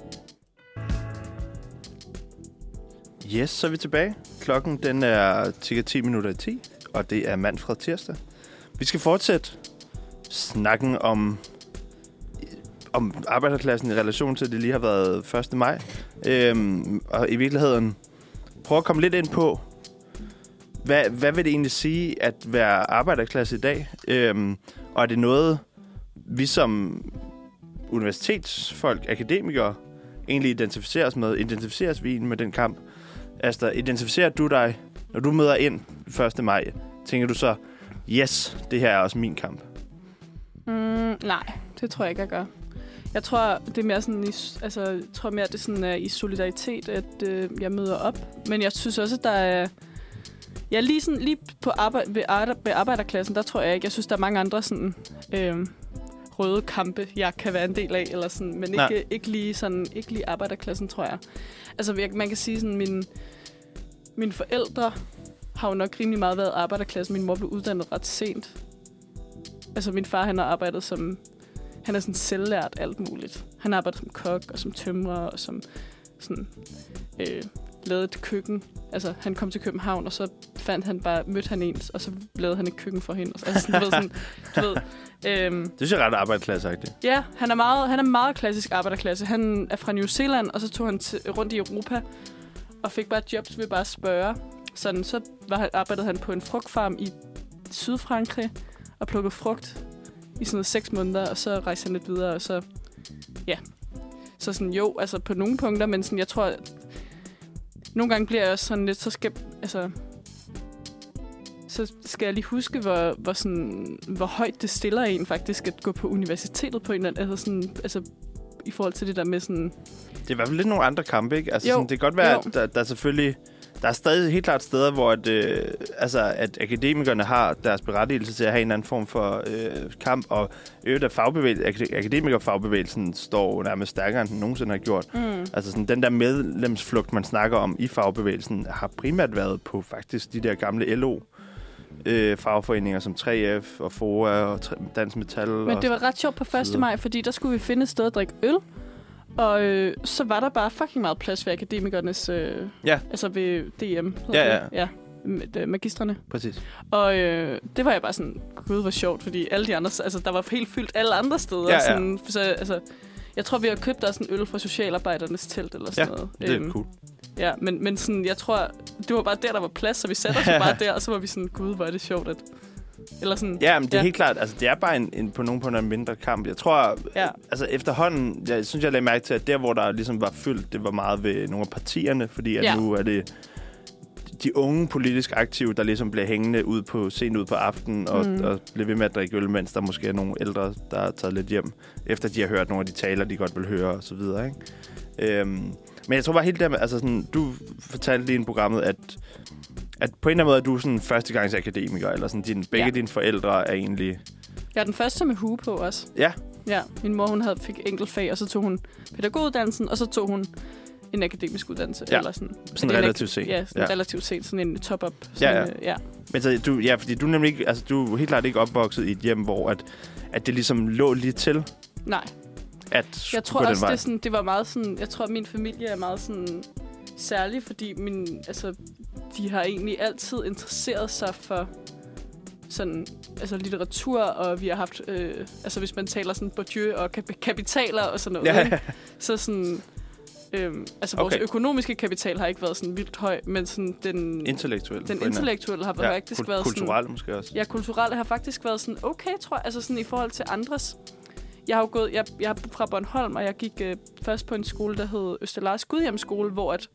Yes, så er vi tilbage. Klokken den er cirka ti minutter i ti, og det er Manfred Tirsdag. Vi skal fortsætte snakken om... om arbejderklassen i relation til, at det lige har været første maj. Øhm, og i virkeligheden prøve at komme lidt ind på, hvad, hvad vil det egentlig sige at være arbejderklasse i dag? Øhm, og er det noget, vi som universitetsfolk, akademikere, egentlig identificeres med? Identificeres vi med den kamp? Altså, identificerer du dig, når du møder ind første maj? Tænker du så, yes, det her er også min kamp? Mm, nej, det tror jeg ikke, jeg gør. Jeg tror, det er mere sådan i, altså, jeg tror mere, det sådan er i solidaritet, at øh, jeg møder op. Men jeg synes også, at der er... Ja, lige, sådan, lige på arbejde, ved, arbejder, ved arbejderklassen, der tror jeg ikke. Jeg synes, der er mange andre sådan, øh, røde kampe, jeg kan være en del af. Eller sådan, men ikke, ikke, lige sådan, ikke lige arbejderklassen, tror jeg. Altså, man kan sige sådan, mine, mine forældre har jo nok rimelig meget været arbejderklassen. Min mor blev uddannet ret sent. Altså, min far, han har arbejdet som... Han er sådan selvlært alt muligt. Han har arbejdet som kok og som tømrer og som sådan, øh, lavede et køkken. Altså, han kom til København, og så fandt han bare, mødte han ens, og så lavede han et køkken for hende. Altså, sådan, du ved, sådan, du ved, øhm, det er jo ret arbejderklasseagtigt. Ja, han er, meget, han er meget klassisk arbejderklasse. Han er fra New Zealand, og så tog han til, rundt i Europa og fik bare jobs ved bare at spørge. Sådan, så var, arbejdede han på en frugtfarm i Sydfrankrig og plukkede frugt i sådan noget seks måneder, og så rejste han lidt videre, og så, ja. Så sådan, jo, altså på nogle punkter, men sådan, jeg tror, at nogle gange bliver jeg også sådan lidt, så skal, altså, så skal jeg lige huske, hvor, hvor, sådan, hvor højt det stiller en faktisk, at gå på universitetet på en eller anden, altså sådan, altså, i forhold til det der med sådan... Det er i hvert fald lidt nogle andre kampe, ikke? Altså, sådan, det kan godt være, jo. at der, der er selvfølgelig... Der er stadig helt klart steder, hvor at, øh, altså, at akademikerne har deres berettigelse til at have en anden form for øh, kamp, og øvrigt at fagbevægelsen, akademikerfagbevægelsen står nærmest stærkere, end den nogensinde har gjort. Mm. Altså sådan, den der medlemsflugt, man snakker om i fagbevægelsen, har primært været på faktisk de der gamle L O øh, fagforeninger som tre F og FOA og Dansk Metal. Men det var ret sjovt på første maj, fordi der skulle vi finde et sted at drikke øl. Og øh, så var der bare fucking meget plads ved akademikernes... Øh, ja. Altså ved D M. Ja, ja. Ja, med, magistrene. Præcis. Og øh, det var jeg bare sådan... Gud, hvor sjovt, fordi alle de andre... Altså, der var helt fyldt alle andre steder. Ja, ja. Sådan, så, altså, jeg tror, vi har købt også en øl fra Socialarbejdernes telt eller sådan ja, noget. det er øhm, cool. Ja, men, men sådan, jeg tror... Det var bare der, der var plads, så vi satte os bare der, og så var vi sådan... Gud, hvor er det sjovt, at... Eller sådan, ja, men det er ja. helt klart, altså det er bare en, en på nogen på en mindre kamp. Jeg tror, ja. altså efterhånden, jeg synes, jeg lagde mærke til, at der, hvor der ligesom var fyldt, det var meget ved nogle af partierne, fordi at ja. nu er det de unge politisk aktive, der ligesom bliver hængende ud på, sent ud på aftenen, og, mm. og bliver ved med at drikke øl, mens der måske er nogle ældre, der er taget lidt hjem, efter de har hørt nogle af de taler, de godt vil høre, og så videre, ikke? Øhm, Men jeg tror bare helt der med, altså sådan, du fortalte lige i programmet, at, at på en eller anden måde er du sådan førstegangs akademiker, eller sådan, din, begge ja. dine forældre er egentlig... Jeg er den første med hue på også. Ja. Ja, min mor hun havde, fik enkeltfag, og så tog hun pædagoguddannelsen, og så tog hun en akademisk uddannelse. Ja, eller sådan, sådan relativt sent. Ja, sådan ja. relativt sent, sådan en top-up. Ja, ja. Øh, ja. Men så, du, ja, fordi du er nemlig ikke, altså du er helt klart ikke opvokset i et hjem, hvor at, at det ligesom lå lige til. Nej. At jeg tror også, det, sådan, det var meget sådan, jeg tror, at min familie er meget sådan særlig, fordi min, altså, de har egentlig altid interesseret sig for sådan, altså litteratur, og vi har haft, øh, altså hvis man taler sådan Bourdieu og kap- kapitaler og sådan noget, ja. så sådan, øh, altså vores okay. økonomiske kapital har ikke været sådan vildt høj, men sådan den intellektuelle, den intellektuelle har ja, faktisk kul- været sådan... Kulturelle måske også. Ja, kulturelle har faktisk været sådan okay, tror jeg, altså sådan i forhold til andres. Jeg har jo gået, jeg, jeg er fra Bornholm, og jeg gik øh, først på en skole, der hed Østerlars Gudhjemskole, hvor at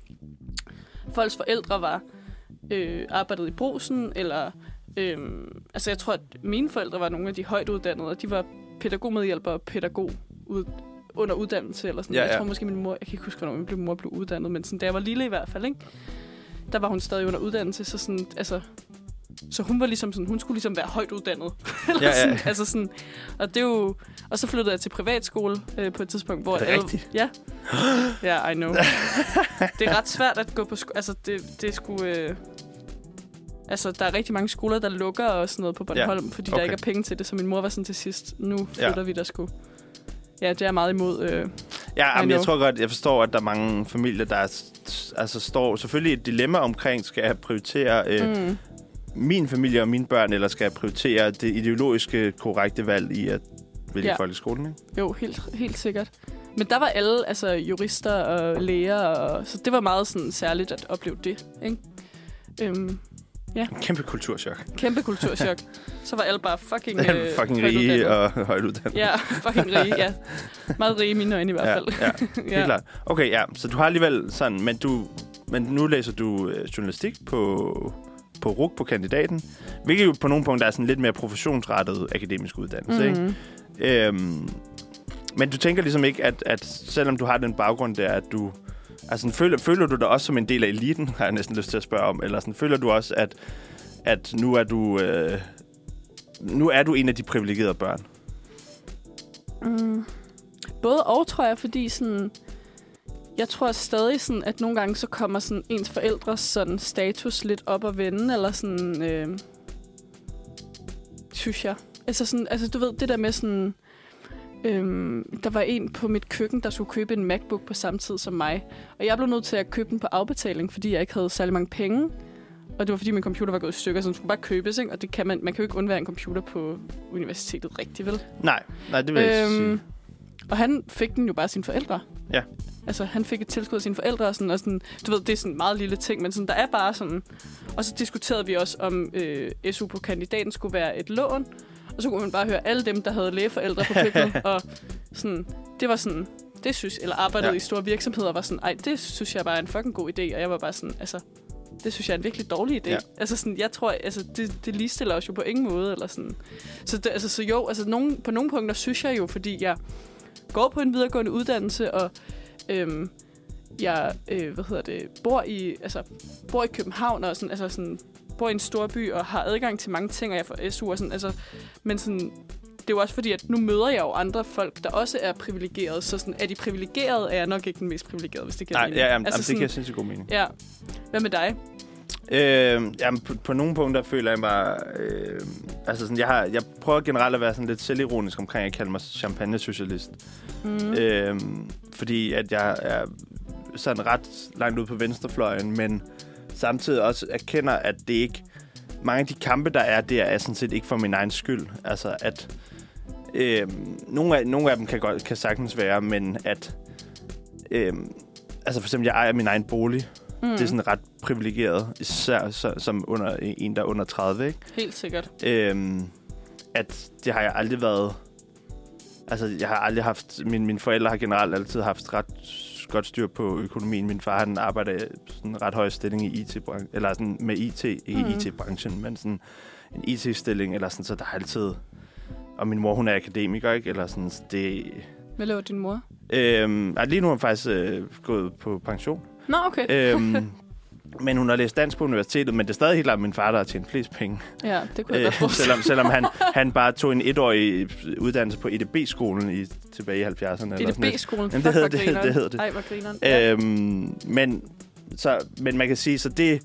folks forældre var øh, arbejdet i Brugsen, eller Øhm, altså jeg tror, at mine forældre var nogle af de højt uddannede, og de var pædagogmedhjælper og pædagog ud, under uddannelse eller sådan. Ja, ja. Jeg tror måske min mor, jeg kan ikke huske, hvornår min mor blev uddannet, men sådan, da jeg var lille i hvert fald, ikke? Der var hun stadig under uddannelse, så sådan, altså, så hun var ligesom sådan, hun skulle ligesom være højt uddannet. ja, ja. Sådan, altså sådan, og det er jo, og så flyttede jeg til privatskole øh, på et tidspunkt, hvor... Er det alle, rigtigt? Ja. Ja, yeah, I know. Det er ret svært at gå på skole, altså det, det er sgu... Øh, Altså, der er rigtig mange skoler, der lukker og sådan noget på Bornholm, ja, fordi okay. der ikke er penge til det. Så min mor var sådan til sidst, nu flytter ja. vi der sgu. Ja, det er meget imod. Øh, ja, men jeg tror godt, jeg forstår, at der er mange familier, der er, altså, står selvfølgelig et dilemma omkring, skal jeg prioritere øh, mm. min familie og mine børn, eller skal jeg prioritere det ideologiske korrekte valg i at vælge ja. folkeskolen, ikke? Jo, helt, helt sikkert. Men der var alle altså jurister og læger, og, så det var meget sådan særligt at opleve det, ikke? Øhm, Ja. Kæmpe kulturschok. Kæmpe kulturschok. Så var alle bare fucking... Øh, fucking rige og højt uddannet. Ja, fucking rige, ja. Meget rige i mine øjne i hvert fald. Ja, ja. Helt ja. klart. Okay, ja. Så du har alligevel sådan... Men, du, men nu læser du øh, journalistik på, på R U C på kandidaten, hvilket jo på nogle punkter er sådan lidt mere professionsrettet akademisk uddannelse, mm-hmm. ikke? Øhm, men du tænker ligesom ikke, at, at selvom du har den baggrund der, at du... Altså, føler, føler du dig også som en del af eliten, har jeg næsten lyst til at spørge om? Eller sådan, føler du også, at, at nu, er du, øh, nu er du en af de privilegerede børn? Mm. Både og, tror jeg, fordi sådan... Jeg tror stadig, sådan, at nogle gange så kommer sådan, ens forældres sådan, status lidt op og vende, eller sådan... Øh, synes jeg. Altså, sådan, altså, du ved, det der med sådan... Øhm, der var en på mit køkken, der skulle købe en MacBook på samme tid som mig. Og jeg blev nødt til at købe den på afbetaling, fordi jeg ikke havde særlig mange penge. Og det var, fordi min computer var gået i stykker, så den skulle bare købes, ikke? Og det kan man, man kan jo ikke undvære en computer på universitetet rigtigt, vel? Nej, nej, det vil jeg øhm, sige. Og han fik den jo bare af sine forældre. Ja. Altså, han fik et tilskud af sine forældre, og sådan, og sådan, du ved, det er sådan en meget lille ting, men sådan, der er bare sådan... Og så diskuterede vi også, om øh, S U på kandidaten skulle være et lån. Og så kunne man bare høre alle dem, der havde lægeforældre på køkkenet. Og sådan, det var sådan, det synes, eller arbejdede ja. i store virksomheder, var sådan, ej, det synes jeg bare er en fucking god idé. Og jeg var bare sådan, altså, det synes jeg er en virkelig dårlig idé. Ja. Altså sådan, jeg tror, altså, det, det ligestiller os jo på ingen måde, eller sådan. Så, det, altså, så jo, altså, nogen, på nogle punkter synes jeg jo, fordi jeg går på en videregående uddannelse, og øhm, jeg, øh, hvad hedder det, bor i, altså, bor i København, og sådan, altså sådan, bor i en stor by og har adgang til mange ting, og jeg får S U og sådan, altså, men sådan, det er jo også fordi, at nu møder jeg jo andre folk, der også er privilegerede, så sådan, er de privilegerede, er jeg nok ikke den mest privilegerede, hvis det giver mening. Nej, ja, jamen, altså, det giver sindssygt god mening. Ja. Hvad med dig? Øh, jamen, på, på nogle punkter føler jeg mig, øh, altså sådan, jeg har, jeg prøver generelt at være sådan lidt selvironisk omkring at kalde mig champagne-socialist. Mm. Øh, fordi at jeg er sådan ret langt ude på venstrefløjen, men samtidig også erkender, at det ikke... Mange af de kampe, der er der, er sådan set ikke for min egen skyld. Altså, at... Øh, nogle, af, nogle af dem kan, godt, kan sagtens være, men at... Øh, altså, for eksempel, jeg ejer min egen bolig. Mm. Det er sådan ret privilegeret, især så, som under, en, der er under tredive, ikke? Helt sikkert. Øh, at det har jeg aldrig været... Altså, jeg har aldrig haft... Min, mine forældre har generelt altid haft ret... godt styr på økonomien. Min far, han arbejder i sådan en ret høj stilling i I T-branchen, eller sådan med I T, ikke mm. I T-branchen, men sådan en I T-stilling, eller sådan, så der er altid... Og min mor, hun er akademiker, ikke? Eller sådan, det... Hvad laver din mor? Øhm, lige nu er hun faktisk øh, gået på pension. Nå, okay. øhm, men hun har læst dansk på universitetet, men det er stadig helt klart min far, der har tjent flest penge. Ja, det kunne jeg godt forstå. selvom, selvom han, han bare tog en etårig uddannelse på E D B-skolen i, tilbage i halvfjerdserne. E D B-skolen? Fuck, det hedder det, det, hedder det. Ej, hvor grineren. Ja. Øhm, men, så, men man kan sige, så det...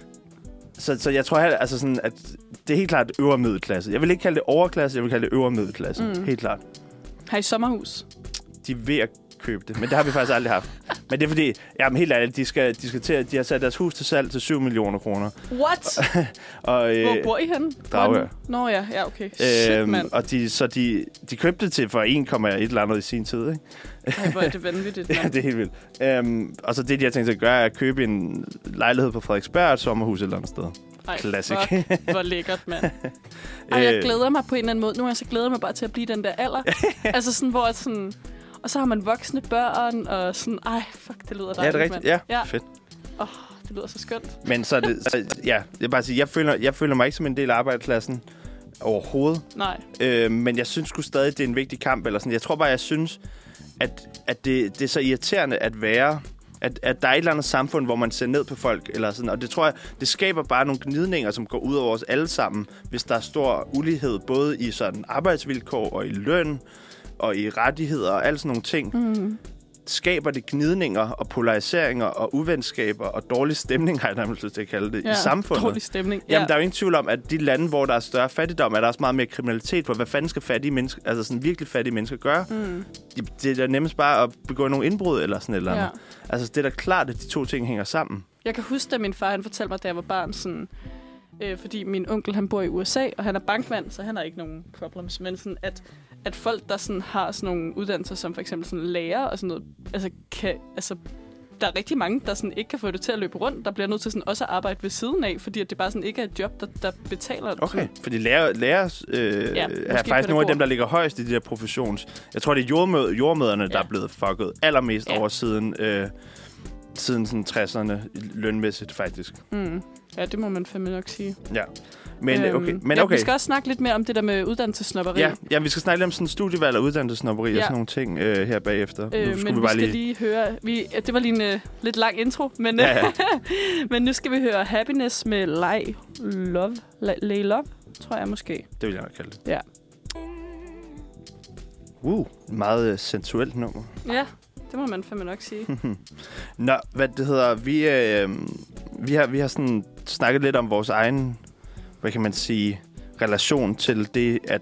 Så, så jeg tror, altså sådan, at det er helt klart øvre middelklasse. Jeg vil ikke kalde det overklasse, jeg vil kalde det øvre middelklasse. Mm. Helt klart. Har I sommerhus? De er ved at købe det, men det har vi faktisk aldrig haft. Men det er fordi, jamen helt ærligt, de, skal, de, skal til, de har sat deres hus til salg til syv millioner kroner. What? og, øh, Hvor bor I henne? Dragør. Nå ja, ja okay. Shit, øhm, mand. Og de, så de, de købte det til for en komma et eller andet i sin tid, ikke? Ej, hvor er det vanvittigt, ja, det er helt vildt. Øhm, og så det, de har tænkt sig at gøre, er at købe en lejlighed på Frederiksberg, et sommerhus et eller andet sted. Ej, Classic. Fuck, hvor lækkert, mand. Ej, jeg glæder mig på en eller anden måde. Nu er jeg så glæder mig bare til at blive den der alder. altså sådan, hvor sådan... Og så har man voksne børn, og sådan... Ej, fuck, det lyder dejligt, ja, det er rigtigt. Ja, ja, fedt. Åh, oh, det lyder så skønt. Men så er det... Så, ja, jeg vil bare sige, jeg føler, jeg føler mig ikke som en del af arbejderklassen overhovedet. Nej. Øh, men jeg synes sgu stadig, det er en vigtig kamp, eller sådan. Jeg tror bare, jeg synes, at, at det, det er så irriterende at være... At, at der er et eller andet samfund, hvor man ser ned på folk, eller sådan, og det tror jeg, det skaber bare nogle gnidninger, som går ud over os alle sammen, hvis der er stor ulighed, både i sådan arbejdsvilkår, og i løn, og i rettigheder, og alle sådan nogle ting. Mm. Skaber det gnidninger, og polariseringer, og uvenskaber, og dårlig stemning, har jeg nærmest lyst til at kalde det, ja, i samfundet. Dårlig stemning, ja. Jamen, der er jo ingen tvivl om, at de lande, hvor der er større fattigdom, er der også meget mere kriminalitet, for hvad fanden skal fattige mennesker, altså sådan virkelig fattige mennesker gøre? Mm. Det, det er da nemmest bare at begå nogle indbrud, eller sådan et eller andet. Ja. Altså, det er da klart, at de to ting hænger sammen. Jeg kan huske, at min far han fortalte mig, da jeg var barn, sådan, øh, fordi min onkel han bor i U S A, og han er bankmand, så han har ikke nogen problems, men sådan, at, at folk, der sådan, har sådan nogle uddannelser, som for eksempel sådan lærer og sådan noget, altså, kan, altså der er rigtig mange, der sådan ikke kan få det til at løbe rundt, der bliver nødt til sådan også at arbejde ved siden af, fordi at det bare sådan ikke er et job, der, der betaler. Okay, sådan. Fordi lærer, lærer øh, ja, er faktisk pædagog. Nogle af dem, der ligger højst i de der professions... Jeg tror, det er jordmød, jordmøderne, ja. der er blevet fucket allermest ja. over siden, øh, siden sådan tresserne lønmæssigt, faktisk. Mm. Ja, det må man fandme nok sige. Ja. Men øhm, okay. Men ja, okay. Vi skal også snakke lidt mere om det der med uddannelsessnobberi. Ja, ja, vi skal snakke lidt om sådan studievalg og uddannelsessnobberi ja. og sådan nogle ting øh, her bagefter. Øh, nu men vi, vi skal lige, lige høre... Vi, det var lige en uh, lidt lang intro, men, ja, ja. men nu skal vi høre Happiness med Lay Love. Lay Love, tror jeg måske. Det vil jeg nok kalde det. Ja. Uh, meget uh, sensuelt nummer. Ja, det må man fandme nok sige. Nå, hvad det hedder... Vi, øh, vi, har, vi har sådan snakket lidt om vores egen... hvad kan man sige, relation til det, at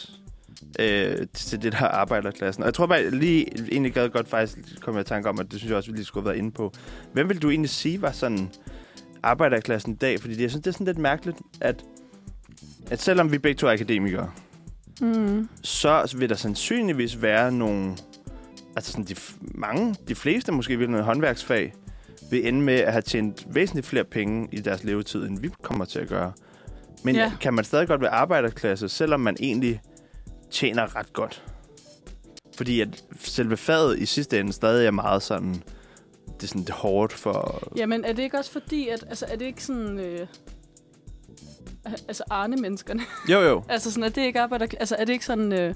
øh, til det der arbejderklassen. Og jeg tror bare, lige egentlig gad godt faktisk komme i tanke om, at det synes jeg også, vi lige skulle have været inde på. Hvem vil du egentlig sige var sådan arbejderklassen i dag? Fordi jeg synes, det er sådan lidt mærkeligt, at, at selvom vi begge to er akademikere, mm. så vil der sandsynligvis være nogle, altså sådan de mange, de fleste måske vil noget håndværksfag, vil ende med at have tjent væsentligt flere penge i deres levetid, end vi kommer til at gøre. Men ja. kan man stadig godt være arbejderklasse, selvom man egentlig tjener ret godt? Fordi at selve faget i sidste ende stadig er meget sådan, det er sådan det hårdt for... Jamen, er det ikke også fordi, at, altså er det ikke sådan, øh, altså Arne-menneskerne? Jo, jo. altså sådan, er det ikke arbejderklasse, altså er det ikke sådan... Øh,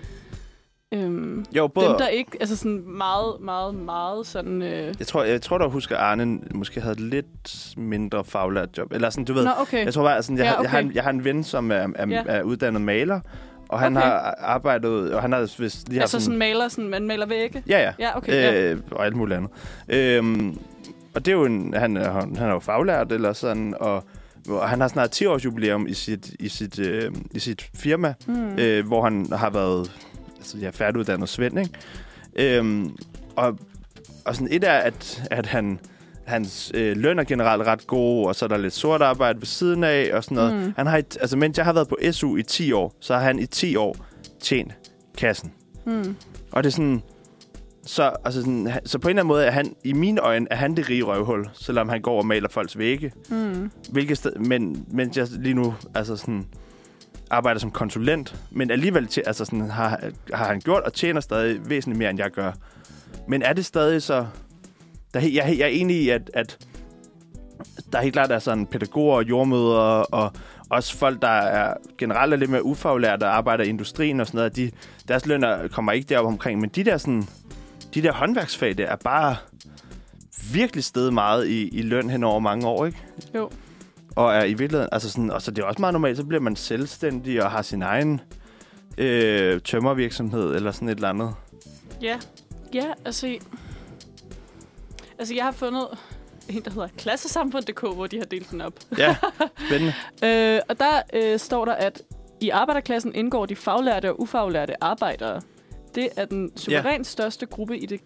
Øhm, jo, både... dem, der ikke... Altså sådan meget, meget, meget sådan... Øh... Jeg tror, jeg tror, du husker, Arne måske havde et lidt mindre faglært job. Eller sådan, du ved... Nå, okay. Jeg tror bare, sådan, jeg, ja, okay. jeg, har en, jeg har en ven, som er, er, ja. er uddannet maler. Og han okay. har arbejdet... Og han har vist lige altså sådan... sådan maler, sådan, man maler vægge? Ja, ja. Ja, okay. Øh, og alt muligt andet. Øhm, og det er jo en... Han, han er jo faglært, eller sådan... Og, og han har snart ti års jubilæum i sit, i sit, øh, i sit firma, mm. øh, hvor han har været... Altså, jeg er færdiguddannet svend, ikke? Øhm, og, og sådan et er, at, at han, hans øh, løn er generelt ret god, og så er der lidt sort arbejde ved siden af, og sådan noget. Mm. Han har, et, altså, mens jeg har været på S U i ti år, så har han i ti år tjent kassen. Mm. Og det er sådan... Så, altså sådan, så på en eller anden måde er han, i mine øjne, er han det rige røvhul, selvom han går og maler folks vægge. Mm. Hvilket sted, men mens jeg lige nu, altså sådan... arbejder som konsulent, men alligevel til, altså sådan, har, har han gjort og tjener stadig væsentligt mere, end jeg gør. Men er det stadig så... Der, jeg, jeg er enig i, at, at der helt klart er sådan pædagoger og jordmødre og, også folk, der er generelt er lidt mere ufaglærte og arbejder i industrien og sådan noget, de, deres lønner kommer ikke derop omkring, men de der, sådan, de der håndværksfag, det er bare virkelig steget meget i, i løn hen over mange år, ikke? Jo. Og er i virkeligheden, altså sådan, og så det er også meget normalt, så bliver man selvstændig og har sin egen øh, tømmervirksomhed eller sådan et eller andet. Ja, ja, altså... Altså, jeg har fundet en, der hedder klassesamfund punktum d k, hvor de har delt den op. Ja, spændende. øh, og der øh, står der, at i arbejderklassen indgår de faglærte og ufaglærte arbejdere. Det er den suverænt ja. største gruppe i det...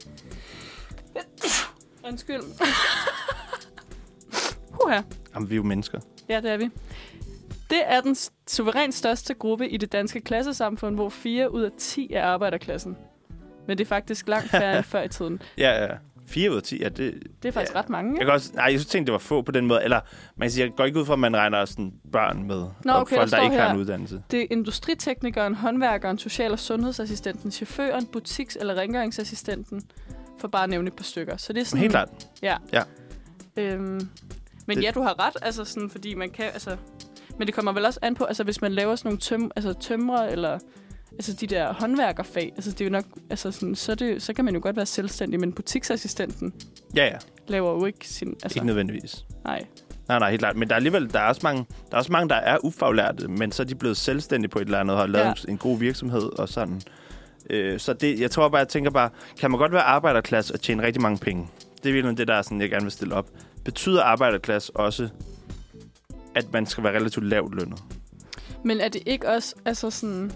Undskyld. Huha. Jamen, vi er jo mennesker. Ja, det er vi. Det er den suverænt største gruppe i det danske klassesamfund, hvor fire ud af ti er arbejderklassen. Men det er faktisk langt færre end før i tiden. Ja, ja. fire ud af ti, ja, det... Det er faktisk ja. ret mange, jeg, også, nej, jeg synes, tænkte, det var få på den måde. Eller, man kan sige, jeg går ikke ud fra, at man regner sådan børn med. Nå, okay, folk, der, der ikke her, har en uddannelse. Det er industriteknikeren, håndværkeren, social- og sundhedsassistenten, chaufføren, butiks- eller rengøringsassistenten, for bare at nævne et par stykker. Så det er sådan... Helt klart. Ja. ja. Øhm, men det... ja, du har ret, altså sådan, fordi man kan... Altså, men det kommer vel også an på, altså hvis man laver sådan nogle tøm, altså, tømre, eller... Altså de der håndværkerfag, altså det er jo nok, altså sådan, så, det, så kan man jo godt være selvstændig, men butiksassistenten ja, ja. laver jo ikke sin... Altså, ikke nødvendigvis. Nej. Nej, nej, helt klart. Men der er alligevel, der er også mange, der er også mange, der er ufaglærte, men så er de blevet selvstændige på et eller andet, og har lavet ja. en god virksomhed og sådan. Øh, så det, jeg tror bare, jeg tænker bare, kan man godt være arbejderklasse og tjene rigtig mange penge? Det er virkelig det, der er sådan, jeg gerne vil stille op. Betyder arbejderklasse også, at man skal være relativt lavt lønnet? Men er det ikke også, altså sådan...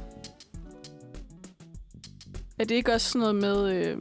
Er det ikke også sådan noget med... Øh,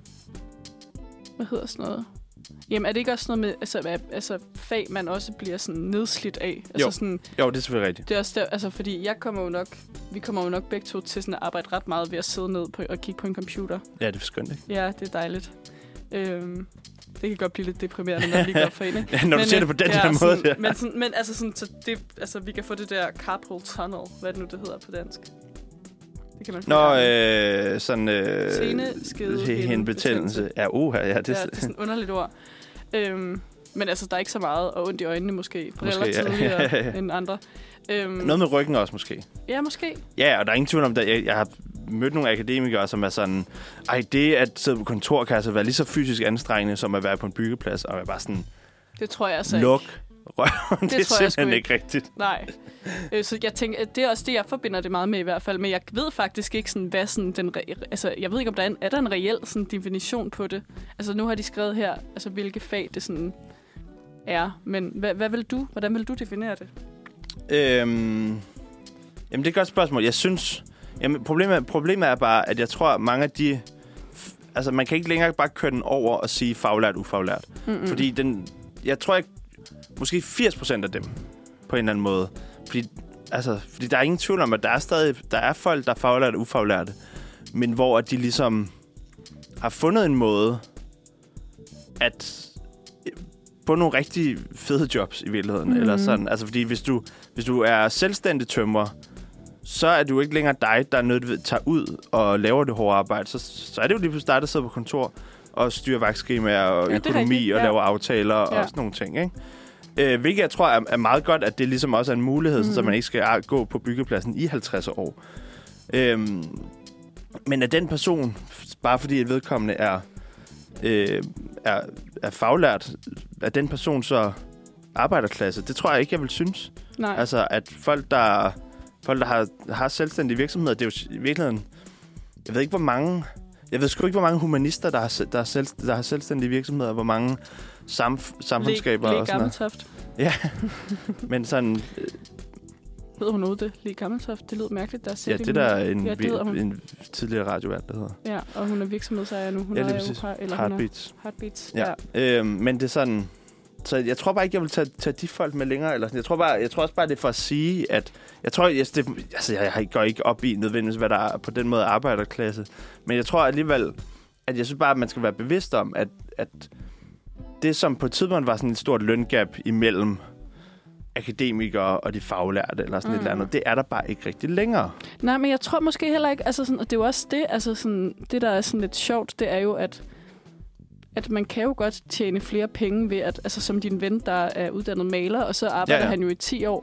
hvad hedder sådan noget? Jamen, er det ikke også sådan noget med altså, altså, fag, man også bliver sådan nedslidt af? Altså, jo. Sådan, jo, det er selvfølgelig rigtigt. Det er også der, altså, fordi jeg kommer jo nok... Vi kommer jo nok begge to til sådan at arbejde ret meget ved at sidde ned på, og kigge på en computer. Ja, det er skønt, ikke? Ja, det er dejligt. Øhm, det kan godt blive lidt deprimerende, når vi går for en, ikke? Ja, når men, du siger det på den ja, der måde. Sådan, ja. men, sådan, men altså, sådan, så det, altså, vi kan få det der carpal tunnel. Hvad er det nu, det hedder på dansk? Det kan man få. Nå, øh, sådan... Øh, Seneskede-hindebetændelse. Ja, uha, ja. Det, ja, det er sådan et underligt ord. Øhm, men altså, der er ikke så meget, og ondt i øjnene måske. Måske, relativt ja. tidligere end andre. Øhm, Noget med ryggen også, måske. Ja, måske. Ja, og der er ingen tvivl om det. Jeg, jeg har mødt nogle akademikere, som er sådan... Ej, det at sidde på kontor kan altså være lige så fysisk anstrengende, som at være på en byggeplads. Og jeg bare sådan... Det tror jeg altså Luk ikke. røven. Det, det er simpelthen ikke rigtigt. Nej. Øh, så jeg tænker, det er også det, jeg forbinder det meget med i hvert fald. Men jeg ved faktisk ikke, sådan, hvad sådan den... Re- altså, jeg ved ikke, om der er, en, er der en reel sådan, definition på det. Altså, nu har de skrevet her, altså, hvilke fag det sådan er. Men hvad, hvad vil du? Hvordan vil du definere det? Øhm, jamen, det er et godt spørgsmål. Jeg synes... Jamen, problemet, problemet er bare, at jeg tror, at mange af de... Altså, man kan ikke længere bare køre den over og sige faglært, ufaglært. Mm-mm. Fordi den... Jeg tror ikke... Måske firs procent af dem, på en eller anden måde. Fordi, altså, fordi der er ingen tvivl om, at der er stadig... Der er folk, der er faglærte og ufaglærte. Men hvor de ligesom har fundet en måde at få nogle rigtig fede jobs i virkeligheden. Mm-hmm. Eller sådan. Altså, fordi hvis du, hvis du er selvstændig tømrer, så er du ikke længere dig, der er nødt til at tage ud og laver det hårde arbejde. Så, så er det jo lige pludselig dig, der sidder på kontor og styrer vagtskemaer og ja, økonomi og ja. laver aftaler ja. og sådan nogle ting, ikke? Øh, hvilket jeg tror er, er meget godt, at det ligesom også er en mulighed, mm. så man ikke skal gå på byggepladsen i halvtreds år. Øhm, men at den person, bare fordi et vedkommende er, øh, er, er faglært, at den person så arbejderklasse, det tror jeg ikke, jeg vil synes. Nej. Altså, at folk, der, folk, der har, har selvstændige virksomheder, det er jo i virkeligheden... Jeg ved ikke, hvor mange... Jeg ved sgu ikke, hvor mange humanister, der har, der har, selv, der har selvstændige virksomheder, hvor mange samf- samfundsskaber og sådan noget. Ja, men sådan... Øh, ved hun noget det? Lige Gammeltoft? Det lyder mærkeligt, der er ja, det der er en, ja, vi, en tidligere radiovært, der hedder. Ja, og hun er virksomhedsejer nu. Hun ja, det er er præcis. Eller Heartbeats. Heartbeats, ja. ja. Øhm, men det er sådan... Så jeg tror bare ikke, jeg vil tage, tage de folk med længere. Eller sådan. Jeg tror bare, jeg tror også bare, det er for at sige, at... Jeg tror, jeg, det, altså, jeg går ikke op i nødvendigvis, hvad der er på den måde arbejderklasse. Men jeg tror alligevel, at jeg synes bare, at man skal være bevidst om, at, at det, som på et tidspunkt var sådan et stort løngab imellem akademikere og de faglærte, eller sådan mm. et eller andet, det er der bare ikke rigtig længere. Nej, men jeg tror måske heller ikke... Altså sådan, og det er jo også det, altså sådan, det, der er sådan lidt sjovt, det er jo, at at man kan jo godt tjene flere penge ved, at altså som din ven, der er uddannet maler, og så arbejder ja, ja. han jo i ti år.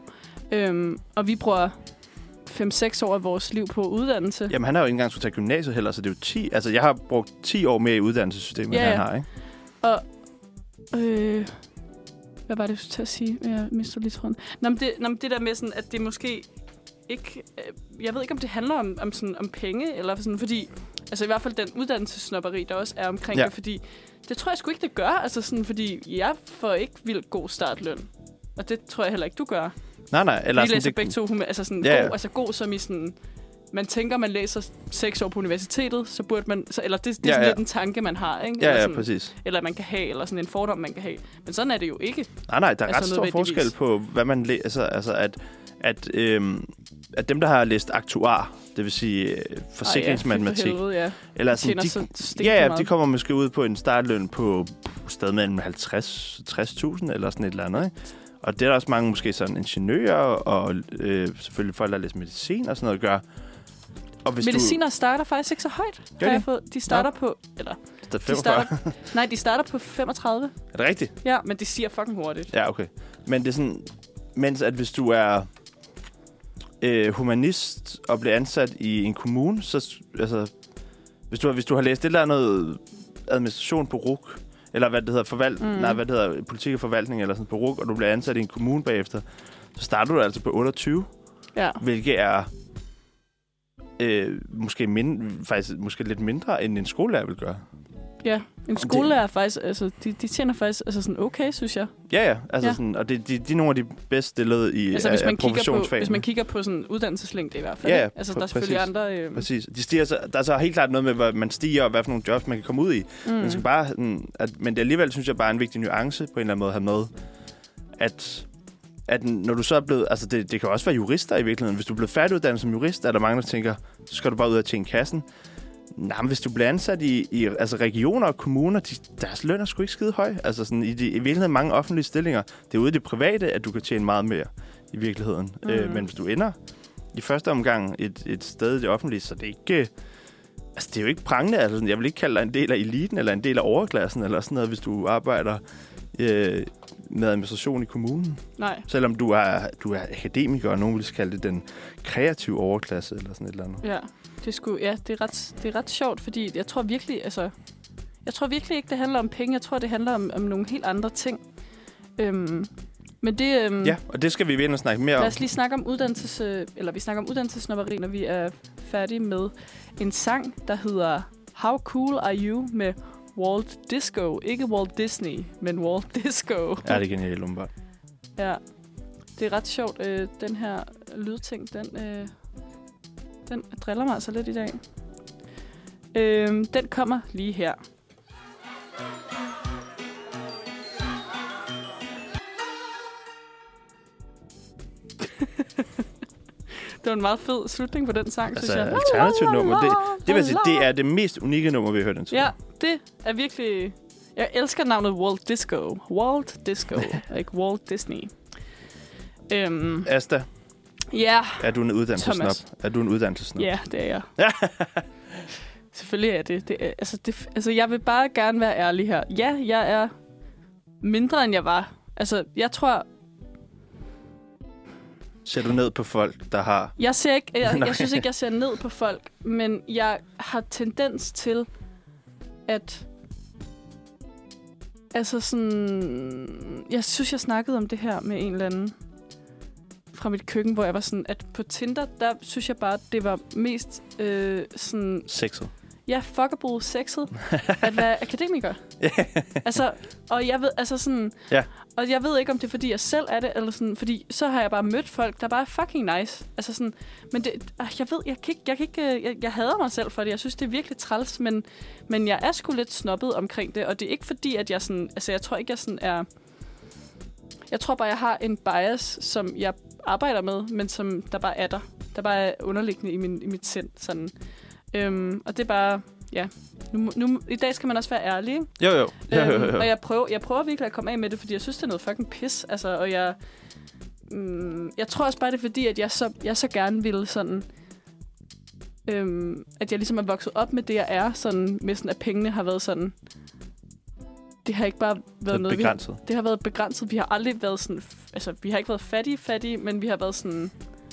Øhm, og vi bruger fem seks år af vores liv på uddannelse. Jamen, han har jo ikke engang skulle tage gymnasiet heller, så det er jo ti. Altså, jeg har brugt ti år mere i uddannelsessystemet, ja, end han har, ikke? Og... Øh, hvad var det, jeg skulle til at sige? Jeg mister lige tråden. Nå, men det, nå, men det der med sådan, at det måske ikke... Øh, jeg ved ikke, om det handler om, om, sådan, om penge, eller sådan, fordi... Altså i hvert fald den uddannelsessnobberi, der også er omkring ja. det, fordi... Det tror jeg sgu ikke, det gør, altså sådan, fordi jeg får ikke vildt god startløn. Og det tror jeg heller ikke, du gør. Nej, nej. Eller vi sådan, læser det... begge to, altså sådan ja, ja. god, altså god som i sådan... Man tænker, man læser seks år på universitetet, så burde man... Så, eller det, det er ja, sådan ja. lidt en tanke, man har, ikke? Ja, eller ja, sådan, præcis. Eller man kan have, eller sådan en fordom, man kan have. Men sådan er det jo ikke. Nej, nej, der er altså, ret stor forskel på, hvad man læser. Altså, at, at, øhm, at dem, der har læst aktuar, det vil sige øh, forsikringsmatematik... Ah, ja, helvede, ja. Eller sådan, de, ja, ja, de kommer måske ud på en startløn på stadig mellem halvtreds til tres tusind, eller sådan et eller andet, ikke? Og det er der også mange måske sådan ingeniører, og øh, selvfølgelig folk, der læser medicin og sådan noget, gør. Og hvis mediciner du... starter faktisk ikke så højt. Gør de? Fået, de starter ja. på... Eller, de starter, nej, de starter på femogtredive. Er det rigtigt? Ja, men det siger fucking hurtigt. Ja, okay. Men det er sådan... Mens at hvis du er øh, humanist og bliver ansat i en kommune, så... Altså, hvis du, hvis du har læst et eller andet administration på R U C, eller hvad det hedder, forvalt, mm. nej, hvad det hedder, politik og forvaltning, eller sådan på R U C, og du bliver ansat i en kommune bagefter, så starter du altså på otteogtyve. Ja. Hvilket er øh, måske, mind, faktisk, måske lidt mindre, end en skolelærer vil gøre. Ja, en skolelærer er faktisk, altså, de, de tjener faktisk altså sådan okay, synes jeg. Ja, ja, altså ja. Sådan, og det, de, de er nogle af de bedst stillede i altså, hvis man af professionsfagene. Hvis man kigger på sådan uddannelseslængde i hvert fald. Ja, ja, altså, der er selvfølgelig præcis. andre... Øh... Præcis. De stiger, så, der er så helt klart noget med, hvad man stiger, og hvad for nogle jobs, man kan komme ud i. Mm. Man skal bare, at, men det alligevel, synes jeg, bare er en vigtig nuance på en eller anden måde at have med, at, at når du så er blevet... Altså, det, det kan også være jurister i virkeligheden. Hvis du er blevet færdiguddannet som jurist, er der mange, der tænker, så skal du bare ud og tjene kassen. Nej, men hvis du bliver ansat i, i altså regioner og kommuner, de, deres løn er sgu ikke skide høj. Altså sådan, i, de, i virkeligheden mange offentlige stillinger. Det er ude i det private, at du kan tjene meget mere i virkeligheden. Mm. Øh, men hvis du ender i første omgang et, et sted i det offentlige, så det er ikke... Altså, det er jo ikke prangende. Altså, jeg vil ikke kalde dig en del af eliten, eller en del af overklassen, eller sådan noget, hvis du arbejder øh, med administration i kommunen. Nej. Selvom du er, du er akademiker, og nogen vil kalde det den kreative overklasse, eller sådan et eller andet. Ja. Det skulle, ja, det er, ret, det er ret sjovt, fordi jeg tror virkelig, altså, jeg tror virkelig ikke, det handler om penge. Jeg tror, det handler om, om nogle helt andre ting. Øhm, men det... Øhm, ja, og det skal vi ind og snakke mere om. Lad os lige snakke om uddannelses, eller vi snakker om uddannelsesnopperi, når vi er færdige med en sang, der hedder How Cool Are You med Walt Disco. Ikke Walt Disney, men Walt Disco. Ja, det er genialt, umiddelbart. Ja, det er ret sjovt. Øh, den her lydting, den... Øh, Den driller mig altså lidt i dag. Øhm, den kommer lige her. Det var en meget fed slutning på den sang, altså, synes jeg. Alternativt nummer, det, det vil sige, det er det mest unikke nummer, vi har hørt indtil. Ja, det er virkelig... Jeg elsker navnet Walt Disco. Walt Disco, ikke Walt Disney. Øhm, Asta. Ja. Er du en uddannelsesnop? Er du en uddannelsesnop? Ja, det er jeg. Selvfølgelig er det. det er, altså, det. Altså, jeg vil bare gerne være ærlig her. Ja, jeg er mindre, end jeg var. Altså, jeg tror... Ser du ned på folk, der har... Jeg, ser ikke, jeg, jeg synes ikke, jeg ser ned på folk, men jeg har tendens til, at... Altså sådan... Jeg synes, jeg snakkede om det her med en eller anden fra mit køkken, hvor jeg var sådan, at på Tinder, der synes jeg bare, det var mest øh, sådan... Sexet. Ja, fuckable sexet at være akademiker. Altså, og jeg ved, altså sådan... Ja. Og jeg ved ikke, om det er, fordi jeg selv er det, eller sådan, fordi så har jeg bare mødt folk, der bare er fucking nice. Altså sådan, men det, jeg ved, jeg kan ikke, jeg kan ikke, jeg, jeg hader mig selv for det. Jeg synes, det er virkelig træls, men, men jeg er sgu lidt snobbet omkring det, og det er ikke fordi, at jeg sådan, altså jeg tror ikke, jeg sådan er... Jeg tror bare, jeg har en bias, som jeg arbejder med, men som der bare er der. Der bare er underliggende i, min, i mit sind, sådan... Øhm, og det er bare, ja, nu, nu, i dag skal man også være ærlig, ikke? Jo, jo. jo, jo, jo. Øhm, og jeg prøver, jeg prøver virkelig at komme af med det, fordi jeg synes, det er noget fucking pis, altså, og jeg, mm, jeg tror også bare, det er fordi, at jeg så, jeg så gerne ville sådan, øhm, at jeg ligesom er vokset op med det, jeg er, sådan, med sådan, at pengene har været sådan, det har ikke bare været noget... Begrænset. Vi har, det har været begrænset. Vi har aldrig været sådan... Altså, vi har ikke været fattige, fattige, men vi har været sådan...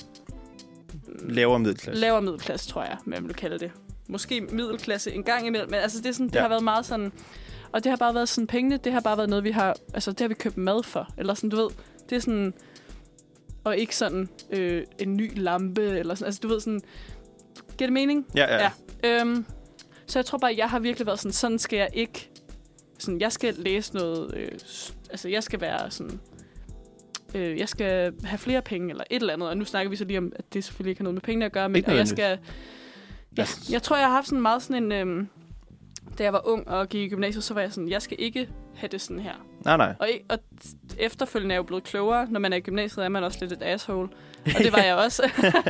Lavere middelklasse. Lavere middelklasse, tror jeg, man vil kalde det. Måske middelklasse en gang imellem, men altså, det, er sådan, det ja. har været meget sådan... Og det har bare været sådan, pengene, det har bare været noget, vi har... Altså, det har vi købt mad for. Eller sådan, du ved, det er sådan... Og ikke sådan øh, en ny lampe, eller sådan... Altså, du ved, sådan... Giver det mening? Ja, ja. ja. Øhm, så jeg tror bare, jeg har virkelig været sådan, sådan skal jeg ikke... Sådan, jeg skal læse noget... Øh, altså, jeg skal være sådan... Øh, jeg skal have flere penge, eller et eller andet. Og nu snakker vi så lige om, at det selvfølgelig ikke har noget med pengene at gøre, men jeg skal... Ja, jeg tror, jeg har haft sådan meget sådan en... Øhm, da jeg var ung og gik i gymnasiet, så var jeg sådan, jeg skal ikke have det sådan her. Nej, nej. Og, og efterfølgende er jeg jo blevet klogere. Når man er i gymnasiet, er man også lidt et asshole. Og det var jeg også.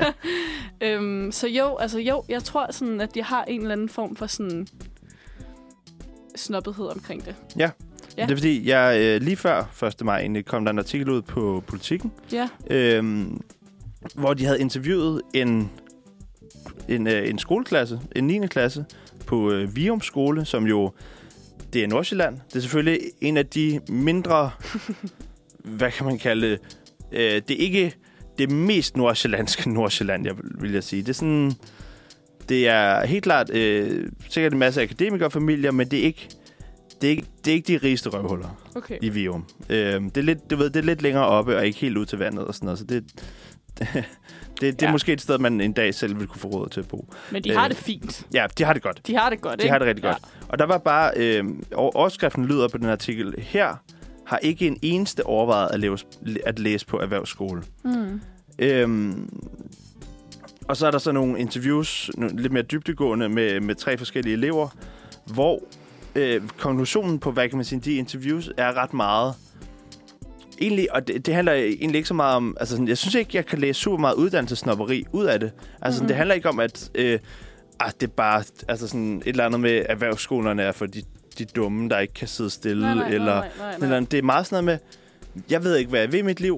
øhm, så jo, altså jo, jeg tror sådan, at jeg har en eller anden form for sådan snobbethed omkring det. Ja. Ja. Det er fordi, jeg øh, lige før første maj egentlig kom der en artikel ud på Politikken, ja. øhm, hvor de havde interviewet en, en, øh, en skoleklasse, en niende klasse, på øh, Vium skole, som jo, det er Nordsjælland. Det er selvfølgelig en af de mindre, hvad kan man kalde det, øh, det er ikke det mest nordsjællandske Nordsjælland, jeg vil jeg sige. Det er sådan, det er helt klart øh, sikkert en masse akademikerfamilier, men det er ikke, det er ikke, det er ikke de rigeste røvhuller okay. i Vium. Øh, det er lidt, du ved, det er lidt længere oppe og ikke helt ud til vandet og sådan noget, så det Det, det er ja. måske et sted, man en dag selv vil kunne få råd til at bo. Men de har øh, det fint. Ja, de har det godt. De har det godt, De ikke? har det rigtig ja. godt. Og der var bare... Øh, overskriften lyder på den artikel. Her har ikke en eneste overvejet at, leve, at læse på erhvervsskole. Mm. Øhm, og så er der så nogle interviews, lidt mere dybdegående, med, med tre forskellige elever, hvor øh, konklusionen på, hvad kan man sige, de interviews er ret meget... Egentlig, og det, det handler egentlig ikke så meget om... Altså, sådan, jeg synes ikke, jeg kan læse super meget uddannelsesnobberi ud af det. Altså, mm-hmm. det handler ikke om, at øh, ah, det er bare altså, sådan et eller andet med erhvervsskolerne er for de, de dumme, der ikke kan sidde stille. Nej, nej, eller, nej, nej, nej. eller det er meget sådan noget med, jeg ved ikke, hvad jeg vil i mit liv.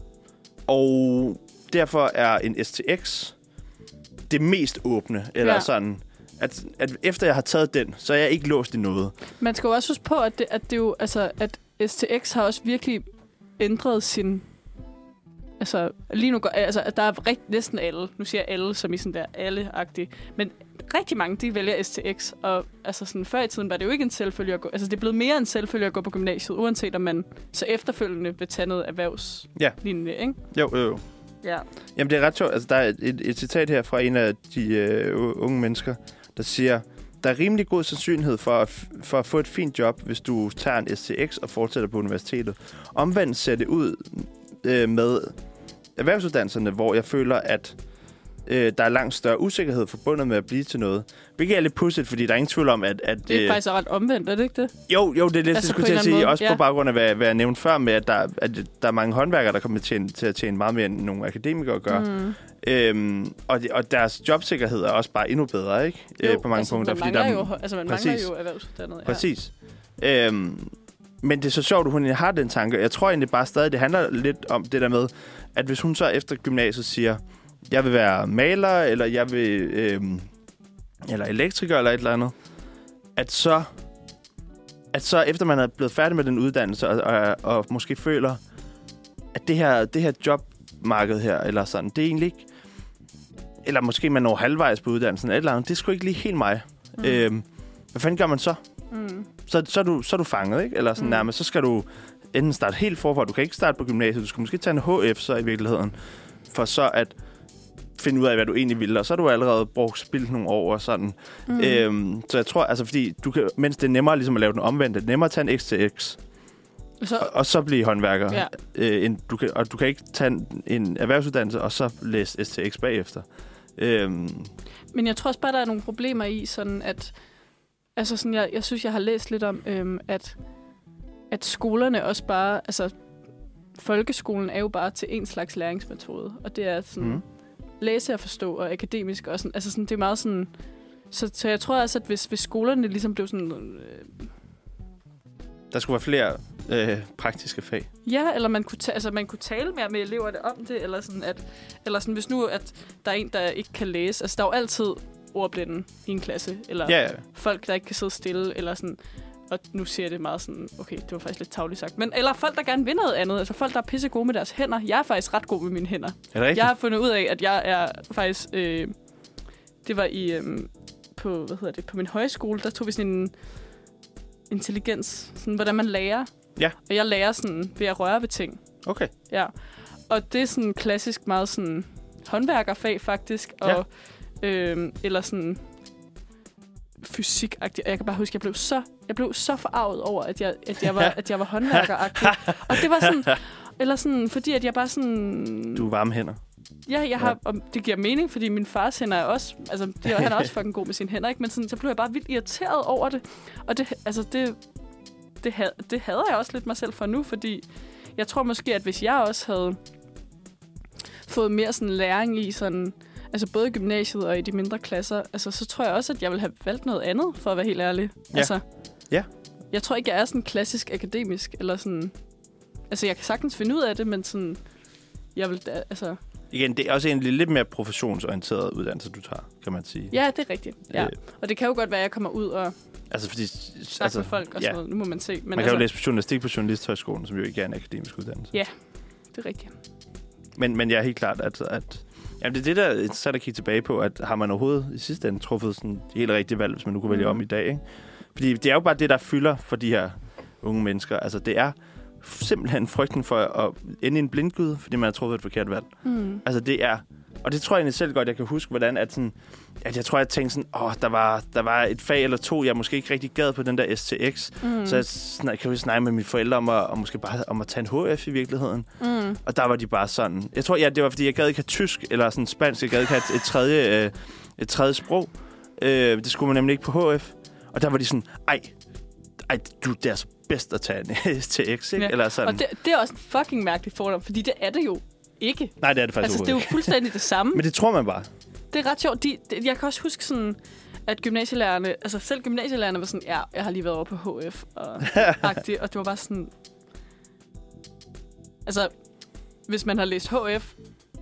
Og derfor er en S T X det mest åbne. Eller ja. sådan... At, at efter jeg har taget den, så er jeg ikke låst i noget. Man skal jo også huske på, at det, at det jo... Altså, at S T X har også virkelig... ændret sin... Altså, lige nu... Altså, der er rigt, næsten alle. Nu siger jeg alle, som i sådan der alle-agtige. Men rigtig mange, de vælger S T X. Og altså, sådan, før i tiden var det jo ikke en selvfølge at gå... Altså, det er blevet mere en selvfølge at gå på gymnasiet, uanset om man så efterfølgende vil tage noget erhvervslignende, ja. ikke? Jo, jo, jo. Ja. Jamen, det er ret sjovt. Altså, der er et, et citat her fra en af de øh, unge mennesker, der siger... Der er rimelig god sandsynlighed for at, for at få et fint job, hvis du tager en S T X og fortsætter på universitetet. Omvendt ser det ud øh, med erhvervsuddannelserne, hvor jeg føler, at øh, der er langt større usikkerhed forbundet med at blive til noget. Hvilket er lidt pudsigt, fordi der er ingen tvivl om, at... at det er øh, faktisk ret omvendt, er det ikke det? Jo, jo, det er lidt, altså, jeg skulle til at sige, måde. Også ja. på baggrund af, hvad, hvad jeg nævnte før, med, at der, at der er mange håndværkere, der kommer til, til at tjene meget mere, end nogle akademikere gør. Mm. Øhm, og, de, og deres jobsikkerhed er også bare endnu bedre, ikke? Jo, øh, på mange altså, punkter. Man fordi der jo, altså, man præcis. mangler jo erhvervsuddannet. Ja. Præcis. Øhm, men det er så sjovt, at hun har den tanke. Jeg tror egentlig bare stadig, det handler lidt om det der med, at hvis hun så efter gymnasiet siger, jeg vil være maler, eller jeg vil... Øhm, eller elektriker, eller et eller andet, at så... At så efter man er blevet færdig med den uddannelse, og, og, og måske føler, at det her, det her jobmarked her, eller sådan, det er egentlig ikke... Eller måske man når halvvejs på uddannelsen, eller et eller andet, det er sgu ikke lige helt mig. Mm. Øhm, hvad fanden gør man så? Mm. Så, så, er du, så er du fanget, ikke? Eller sådan mm. nærmest, så skal du enten starte helt forfra. Du kan ikke starte på gymnasiet, du skal måske tage en H F så i virkeligheden, for så at finde ud af, hvad du egentlig vil, og så har du allerede brugt spildt nogle år og sådan. Mm. Øhm, så jeg tror, altså fordi, du kan, mens det er nemmere ligesom at lave den omvendte, det er nemmere at tage en X T X, så, og, og så blive håndværker. Ja. Øh, en, du kan, og du kan ikke tage en, en erhvervsuddannelse, og så læse S T X bagefter. Øhm. Men jeg tror også bare, der er nogle problemer i, sådan at, altså sådan, jeg, jeg synes, jeg har læst lidt om, øhm, at, at skolerne også bare, altså folkeskolen er jo bare til en slags læringsmetode, og det er sådan, mm. læse og forstå, og akademisk også. Sådan, altså sådan, det er meget sådan... Så, så jeg tror også, at hvis, hvis skolerne ligesom blev sådan... Øh, der skulle være flere øh, praktiske fag. Ja, eller man kunne, ta- altså, man kunne tale mere med eleverne om det, eller sådan, at, eller sådan, hvis nu at der er en, der ikke kan læse... Altså, der er jo altid ordblinde i en klasse, eller ja, ja. folk, der ikke kan sidde stille, eller sådan... og nu siger jeg det meget sådan, okay, det var faktisk lidt tavligt sagt, men eller folk, der gerne vil noget andet, altså folk, der er pisse gode med deres hænder. Jeg er faktisk ret god med mine hænder. Er det rigtigt? Jeg har fundet ud af, at jeg er faktisk, øh, det var i, øh, på, hvad hedder det, på min højskole, der tog vi sådan en intelligens, sådan hvordan man lærer. Ja. Og jeg lærer sådan ved at røre ved ting. Okay. Ja. Og det er sådan klassisk meget sådan håndværkerfag faktisk, og ja. øh, eller sådan fysikagtigt. Jeg kan bare huske, jeg blev så jeg blev så forarvet over, at jeg at jeg var at jeg var håndværkeragtig. Og det var sådan eller sådan fordi at jeg bare sådan du er varme hænder. Ja, jeg har ja. Og det giver mening, fordi min fars hænder er også altså det, han er også fucking god med sine hænder, ikke? Men sådan så blev jeg bare vildt irriteret over det. Og det altså det det had, det hader jeg også lidt mig selv for nu, fordi jeg tror måske, at hvis jeg også havde fået mere sådan læring i sådan, altså både i gymnasiet og i de mindre klasser, altså så tror jeg også, at jeg ville have valgt noget andet, for at være helt ærlig. Ja. Altså, ja. Jeg tror ikke, jeg er sådan klassisk akademisk, eller sådan, altså jeg kan sagtens finde ud af det, men sådan, jeg vil da, altså... Igen, det er også en lidt mere professionsorienteret uddannelse, du tager, kan man sige. Ja, det er rigtigt, ja. Øh. Og det kan jo godt være, at jeg kommer ud og... Altså, fordi... Snakke altså, med folk og sådan ja. noget. Nu må man se. Men man kan altså, jo læse journalistik på Journalisthøjskolen, som jo ikke er en akademisk uddannelse. Ja, det er rigtigt. Men, men jeg er helt klart, at... at jamen, det er det, der er interessant at kigge tilbage på, at har man overhovedet i sidste ende truffet sådan de helt rigtige valg, hvis man nu kunne mm. vælge om i dag, ikke? Fordi det er jo bare det, der fylder for de her unge mennesker. Altså, det er simpelthen frygten for at ende i en blindgyde, fordi man har truffet et forkert valg. Mm. Altså, det er... Og det tror jeg egentlig selv godt, jeg kan huske, hvordan at sådan... At jeg tror, jeg tænkte sådan, åh, der var, der var et fag eller to, jeg måske ikke rigtig gad på den der S T X. Mm. Så jeg snak, kan jo snakke med mine forældre om at, om måske bare om at tage en H F i virkeligheden. Mm. Og der var de bare sådan... Jeg tror, ja, det var, fordi jeg gad ikke have tysk eller sådan spansk. Jeg gad ikke have et, et, tredje, øh, et tredje sprog. Øh, det skulle man nemlig ikke på H F. Og der var de sådan, ej, ej du, det er så bedst at tage en S T X, ikke? Ja. Eller sådan. Og det, det er også en fucking mærkelig fordom, fordi det er det jo ikke. Nej, det er det faktisk altså, det er jo fuldstændig det samme. Men det tror man bare. Det er ret sjovt. De, de, jeg kan også huske sådan, at gymnasielærerne, altså selv gymnasielærerne var sådan, ja, jeg har lige været over på H F og agtigt, og det var bare sådan, altså, hvis man har læst H F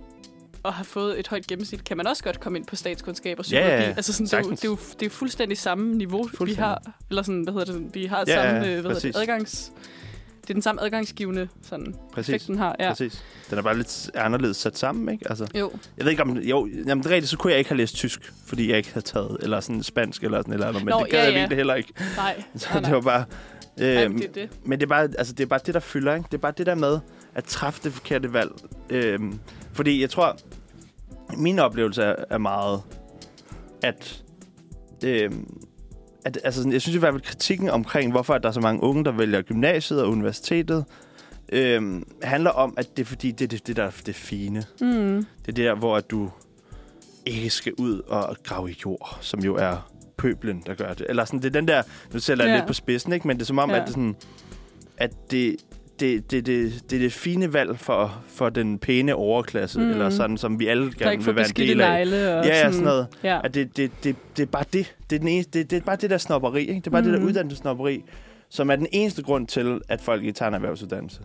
og har fået et højt gennemsnit, kan man også godt komme ind på statskundskab og psykologi. Ja, ja, altså sådan, det, er jo, det, er jo, det er jo fuldstændig samme niveau, vi har, eller sådan, hvad hedder det, vi har ja, samme, ja, hvad hedder det, adgangs... Det er den samme adgangsgivende sådan effekt, den har. Ja. Præcis. Den er bare lidt anderledes sat sammen, ikke? Altså, jo. Jeg ved ikke om... Jo, jamen, det er rigtigt, så kunne jeg ikke have læst tysk, fordi jeg ikke havde taget, eller sådan spansk, eller sådan eller andet, men Nå, det gad ja, jeg ja. virkelig heller ikke. Nej. Så nej, nej. det var bare... Øh, nej, det er det. Men det er, bare, altså, det er bare det, der fylder, ikke? Det er bare det der med at træffe det forkerte valg. Øh, fordi jeg tror, min oplevelse er, er meget, at... Øh, At, altså, jeg synes i hvert fald, kritikken omkring, hvorfor der er så mange unge, der vælger gymnasiet og universitetet, øhm, handler om, at det er fordi, det er det, det, der er det fine. Mm. Det er det der, hvor du ikke skal ud og grave i jord, som jo er pøblen, der gør det. Eller sådan, det er den der, nu sætter jeg yeah. lidt på spidsen, ikke? Men det er som om, yeah. at det, sådan, at det, det, det, det, det er det fine valg for, for den pæne overklasse, mm. eller sådan, som vi alle gerne vil være en del af. Og ja, ja, sådan noget. Ja. At det, det, det, det er bare det. Det er, den eneste, det, det er bare det der snobberi, ikke? Det er bare mm. det der uddannelsesnobberi, som er den eneste grund til, at folk ikke tager en erhvervsuddannelse.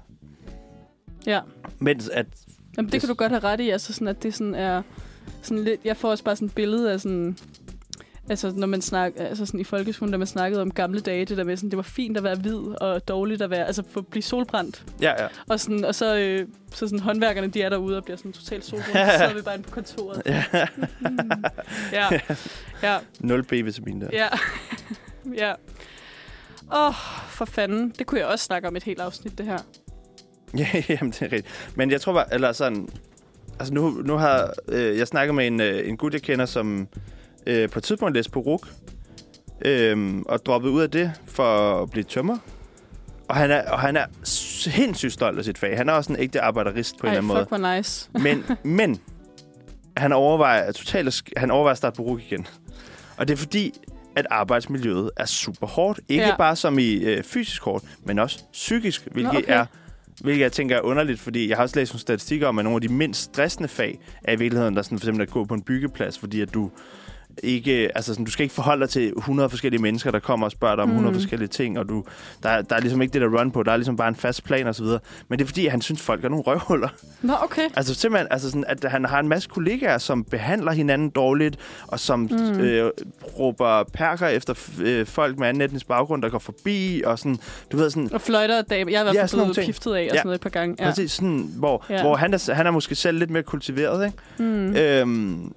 Ja. Mens at... Jamen, det, det kan du godt have ret i, altså sådan, at det sådan er sådan lidt... Jeg får også bare sådan et billede af sådan... Altså, når man snakker, altså sådan i folkeskolen, da man snakkede om gamle dage, det der med sådan, det var fint at være hvid og dårligt at være, altså for at blive solbrændt. Ja, ja. Og sådan, og så, øh, så sådan håndværkerne, de er derude og bliver sådan totalt solbrændt, så sidder vi bare inde på kontoret. Ja. Mm. Ja. Ja. Nul B-vitamin der. Ja. Ja. Åh, oh, for fanden. Det kunne jeg også snakke om et helt afsnit, det her. Ja, jamen, det er rigtigt. Men jeg tror bare, eller sådan, altså nu, nu har øh, jeg snakket med en, øh, en gut, jeg kender, som Øh, på et tidspunkt læste på R U C, øh, og droppede ud af det for at blive tømrer. Og han er, og han er sindssygt stolt af sit fag. Han er også en ægte arbejderist på Ej, en eller anden måde. Ej, fuck, hvor nice. men, men han overvejer totalt, han overvejer at starte på R U C igen. Og det er fordi, at arbejdsmiljøet er super hårdt. Ikke ja. bare som i øh, fysisk hårdt, men også psykisk, hvilket Nå, okay. er... Hvilket jeg tænker er underligt, fordi jeg har også læst nogle statistikker om, at nogle af de mindst stressende fag er i virkeligheden, der sådan for eksempel at gå på en byggeplads, fordi at du ikke, altså sådan, du skal ikke forholde dig til hundrede forskellige mennesker, der kommer og spørger dig om mm. hundrede forskellige ting, og du, der, der er ligesom ikke det, der run på. Der er ligesom bare en fast plan og så videre. Men det er fordi, han synes, folk er nogle røvhuller. Nå, okay. Altså simpelthen, altså sådan, at han har en masse kollegaer, som behandler hinanden dårligt, og som mm. øh, råber perker efter øh, folk med anden etnisk baggrund, der går forbi, og sådan, du ved sådan... Og fløjter og damer. Jeg har i hvert fald ja, blevet piftet af, og ja. sådan noget et par gange. Ja. Præcis, sådan, hvor, ja. hvor han, er, han er måske selv lidt mere kultiveret, ikke? Mm. Øhm,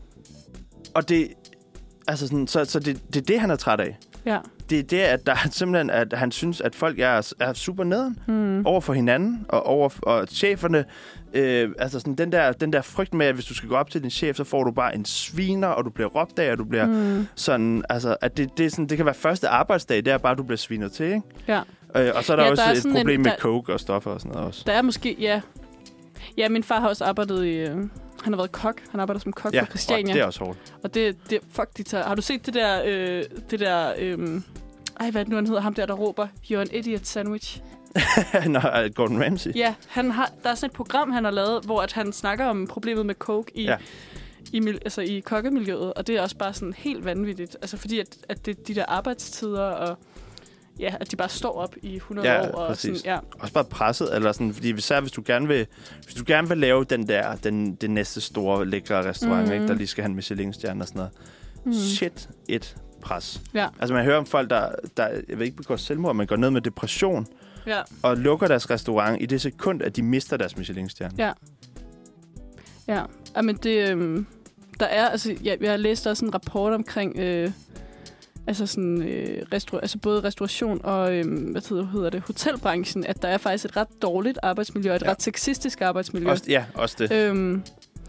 og det... Altså sådan, så, så det, det er det, han er træt af. Ja. Det er det, at der simpelthen, at han synes, at folk er, er super nederen mm. over for hinanden, og over og cheferne. Øh, altså sådan, den der, den der frygt med, at hvis du skal gå op til din chef, så får du bare en sviner, og du bliver råbt af, og du bliver mm. sådan, altså, at det, det, er sådan, det kan være første arbejdsdag, det er bare, at du bliver svinet til, ikke? Ja. Øh, og så er der ja, også der er et problem en, med der, coke og stoffer og sådan noget også. Der er måske, ja. Ja, min far har også arbejdet i... Øh Han har været kok. Han arbejder som kok ja, på Christiania. Ja, det er også hårdt. Og det, det fuck, de tager... Har du set det der... Øh, det der... Øh, ej, hvad er det nu, han hedder? Ham der, der råber, you're an idiot sandwich. Nå, Gordon Ramsay. Ja, han har, der er sådan et program, han har lavet, hvor at han snakker om problemet med coke i, ja. i, altså i kokkemiljøet. Og det er også bare sådan helt vanvittigt. Altså fordi, at, at det, de der arbejdstider og... Ja, at de bare står op i hundrede ja, år. Og præcis. Sådan, ja, også bare presset, eller sådan, fordi især hvis du gerne vil, hvis du gerne vil lave den der, den, den næste store, lækre restaurant, mm. ikke, der lige skal have en Michelin-stjerne og sådan noget. Mm. Shit, et pres. Ja. Altså man hører om folk, der, der jeg ved ikke, begår selvmord, men går ned med depression, ja. og lukker deres restaurant i det sekund, at de mister deres Michelin-stjerne. Ja. Ja, men det, øhm, der er, altså, jeg, jeg har læst også en rapport omkring, øh, altså sådan, øh, restaur- altså både restauration og, øh, hvad hedder, hedder det, hotelbranchen, at der er faktisk et ret dårligt arbejdsmiljø, og et ja. ret sexistisk arbejdsmiljø. Også, ja, også det. Øhm,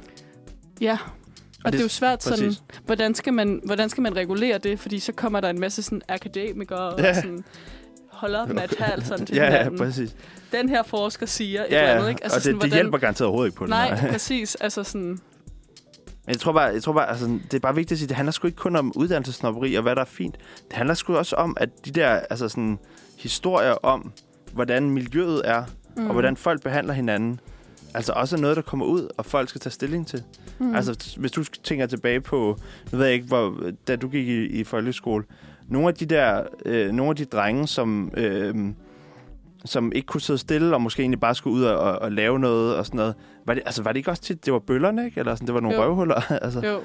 ja, og, og det, det er jo svært sådan, hvordan skal, man, hvordan skal man regulere det, fordi så kommer der en masse sådan akademikere ja. og sådan... Hold op med at tage alt sådan til ja, hinanden. Ja, præcis. Den her forsker siger et ja, eller andet, ikke? Altså, og det, sådan, det hvordan... hjælper garanteret overhovedet ikke på det. Nej, præcis. Altså sådan... Men jeg tror bare, jeg tror bare altså, det er bare vigtigt at sige, det handler sgu ikke kun om uddannelsesnobberi og hvad der er fint. Det handler sgu også om, at de der altså sådan, historier om, hvordan miljøet er, mm. og hvordan folk behandler hinanden, altså også er noget, der kommer ud, og folk skal tage stilling til. Mm. Altså, hvis du tænker tilbage på, nu ved jeg ikke, hvor, da du gik i, i folkeskole, nogle af de der, øh, nogle af de drenge, som, øh, som ikke kunne sidde stille, og måske egentlig bare skulle ud og, og, og lave noget og sådan noget. Var det, altså, var det ikke også tit, det var bøllerne, ikke? Eller sådan, det var nogle jo. røvhuller? altså. Jo.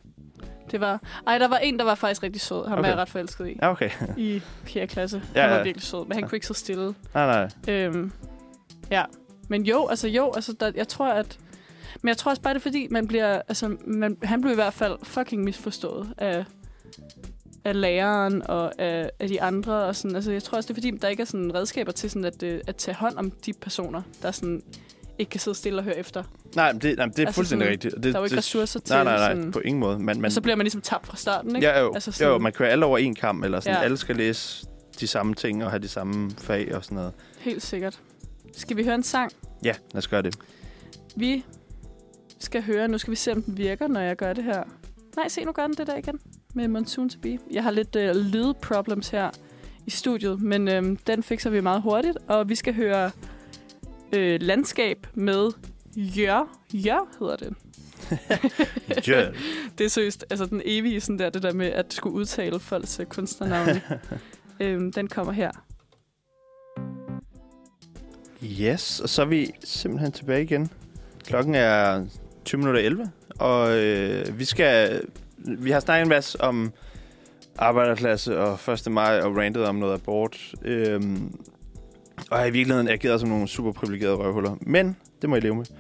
Det var... Ej, der var en, der var faktisk rigtig sød. Han okay. var jeg ret forelsket i. Ja, okay. I fjerde klasse. Ja, han var ja. virkelig sød, men han ja. kunne ikke sidde stille. Nej, nej. Øhm, ja. Men jo, altså jo, altså der, jeg tror, at... Men jeg tror også bare, det er fordi, man bliver... Altså, man, han blev i hvert fald fucking misforstået af... af læreren og af, af de andre. Og sådan. Altså, jeg tror også, det er fordi, der ikke er sådan redskaber til sådan at, at tage hånd om de personer, der sådan ikke kan sidde stille og høre efter. Nej, men det, nej, det er altså fuldstændig sådan, rigtigt. Det, der er jo ikke det, ressourcer til... Nej, nej, nej, sådan, på ingen måde. Man, man, og så bliver man ligesom tabt fra starten, ikke? Ja, jo. Altså sådan, jo, man kører alle over en kamp, eller sådan. Ja. Alle skal læse de samme ting og have de samme fag og sådan noget. Helt sikkert. Skal vi høre en sang? Ja, lad os gøre det. Vi skal høre... Nu skal vi se, om den virker, når jeg gør det her. Nej, se, nu gør den det der igen. Med Monsoon to Be. Jeg har lidt øh, lydproblems her i studiet, men øh, den fikser vi meget hurtigt. Og vi skal høre øh, Landskab med Jør. Jør hedder det. Jør. Det er seriøst. Altså den evige sådan der, det der med at skulle udtale folks øh, kunstnernavne. øh, den kommer her. Yes, og så er vi simpelthen tilbage igen. Klokken er tyve minutter elleve, og øh, vi skal... Vi har snakket en masse om arbejderklasse og første maj og rantet om noget abort. Øhm, og jeg i virkeligheden ageret som nogle super privilegerede røvhuller. Men det må I leve med.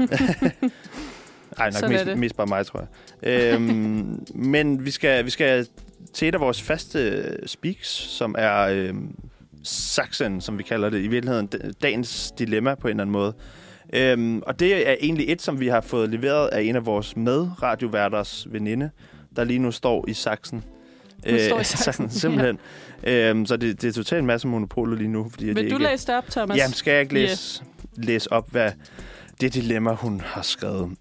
Ej, nok mest, mest bare mig, tror jeg. øhm, men vi skal, vi skal til et af vores faste speaks, som er øhm, Saksen, som vi kalder det. I virkeligheden dagens dilemma på en eller anden måde. Øhm, og det er egentlig et, som vi har fået leveret af en af vores medradioværters veninde, der lige nu står i saksen. Hun øh, står i saksen, simpelthen. Ja. Øhm, så det, det er totalt en masse monopoler lige nu. Fordi Vil du ikke... læse det op, Thomas? Jamen, skal jeg ikke læse, yeah. læse op, hvad det dilemma, hun har skrevet.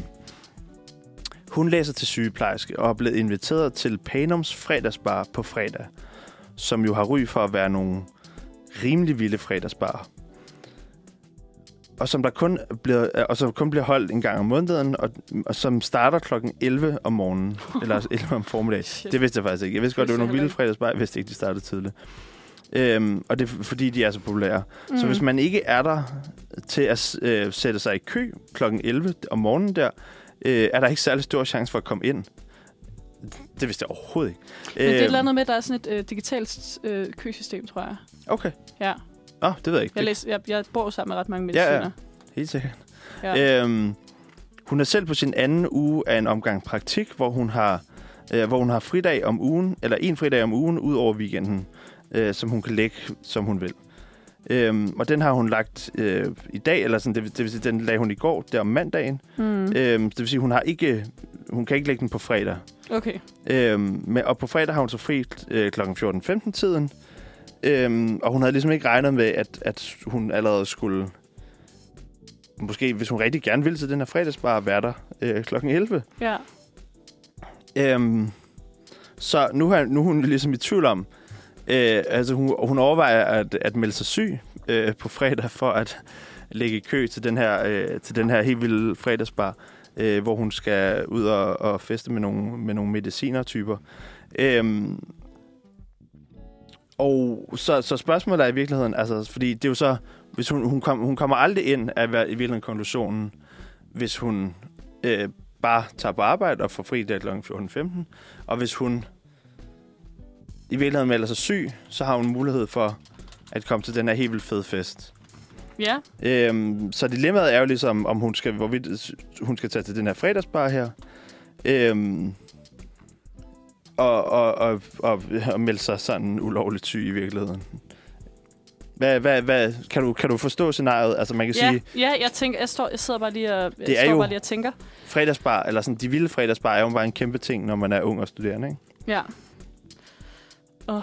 Hun læser til sygeplejerske og er blevet inviteret til Panums fredagsbar på fredag, som jo har ry for at være nogle rimelig vilde fredagsbarer. og som der kun bliver, og som kun bliver holdt en gang om måneden, og, og som starter klokken elleve om morgenen, eller elleve om formiddag. Shit. Det vidste jeg faktisk ikke. Jeg vidste godt, det var nogle vilde fredagsbar. Jeg vidste ikke, de startede tidligt. Øhm, og det er fordi, de er så populære. Mm. Så hvis man ikke er der til at øh, sætte sig i kø klokken elleve om morgenen der, øh, er der ikke særlig stor chance for at komme ind. Det vidste jeg overhovedet ikke. Men det er et eller andet med, at der er sådan et øh, digitalt øh, køsystem, tror jeg. Okay. Ja. Åh, oh, det ved jeg ikke. Jeg, læser, jeg, jeg bor sammen med ret mange mediciner. Ja, ja. Helt sikkert. Ja. Øhm, hun er selv på sin anden uge af en omgang praktik, hvor hun har, øh, hvor hun har fridag om ugen, eller en fridag om ugen, ud over weekenden, øh, som hun kan lægge, som hun vil. Øhm, og den har hun lagt øh, i dag, eller sådan, det, det vil sige, den lagde hun i går, der om mandagen. Mm. Øhm, det vil sige, hun har ikke, hun kan ikke lægge den på fredag. Okay. Øhm, men, og på fredag har hun så fri øh, klokken fjorten femten tiden. Øhm, og hun havde ligesom ikke regnet med, at, at hun allerede skulle, måske hvis hun rigtig gerne ville til den her fredagsbar, være der øh, klokken elleve. Ja. Øhm, så nu, har, nu er hun ligesom i tvivl om, øh, altså hun, hun overvejer at, at melde sig syg øh, på fredag for at lægge i kø til den her, øh, til den her helt vilde fredagsbar, øh, hvor hun skal ud og, og feste med nogle, med nogle medicinertyper. Øhm, Og så, så spørgsmålet er i virkeligheden, altså, fordi det er jo så, hvis hun, hun, kom, hun kommer aldrig ind af i virkeligheden konklusionen, hvis hun øh, bare tager på arbejde og får fri der klokken fjorten femten, og hvis hun i virkeligheden melder sig syg, så har hun mulighed for at komme til den her helt vildt fede fest. Ja. Øhm, så dilemmaet er jo ligesom, om hun skal, hvorvidt hun skal tage til den her fredagsbar her, øhm, Og, og, og, og, og melde sig sådan ulovligt syg i virkeligheden. Hvad, hvad, hvad, kan, du, kan du forstå scenariet? Altså man kan ja, sige... Ja, jeg, tænker, jeg, står, jeg sidder bare lige og, jeg står bare lige og tænker. Fredagsbar, eller sådan, de vilde fredagsbar er jo bare en kæmpe ting, når man er ung og studerende, ikke? Ja. Oh.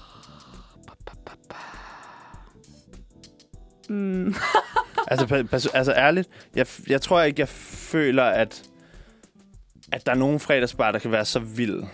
Mm. altså, altså ærligt, jeg, jeg tror ikke, jeg føler, at, at der er nogen fredagsbar, der kan være så vild,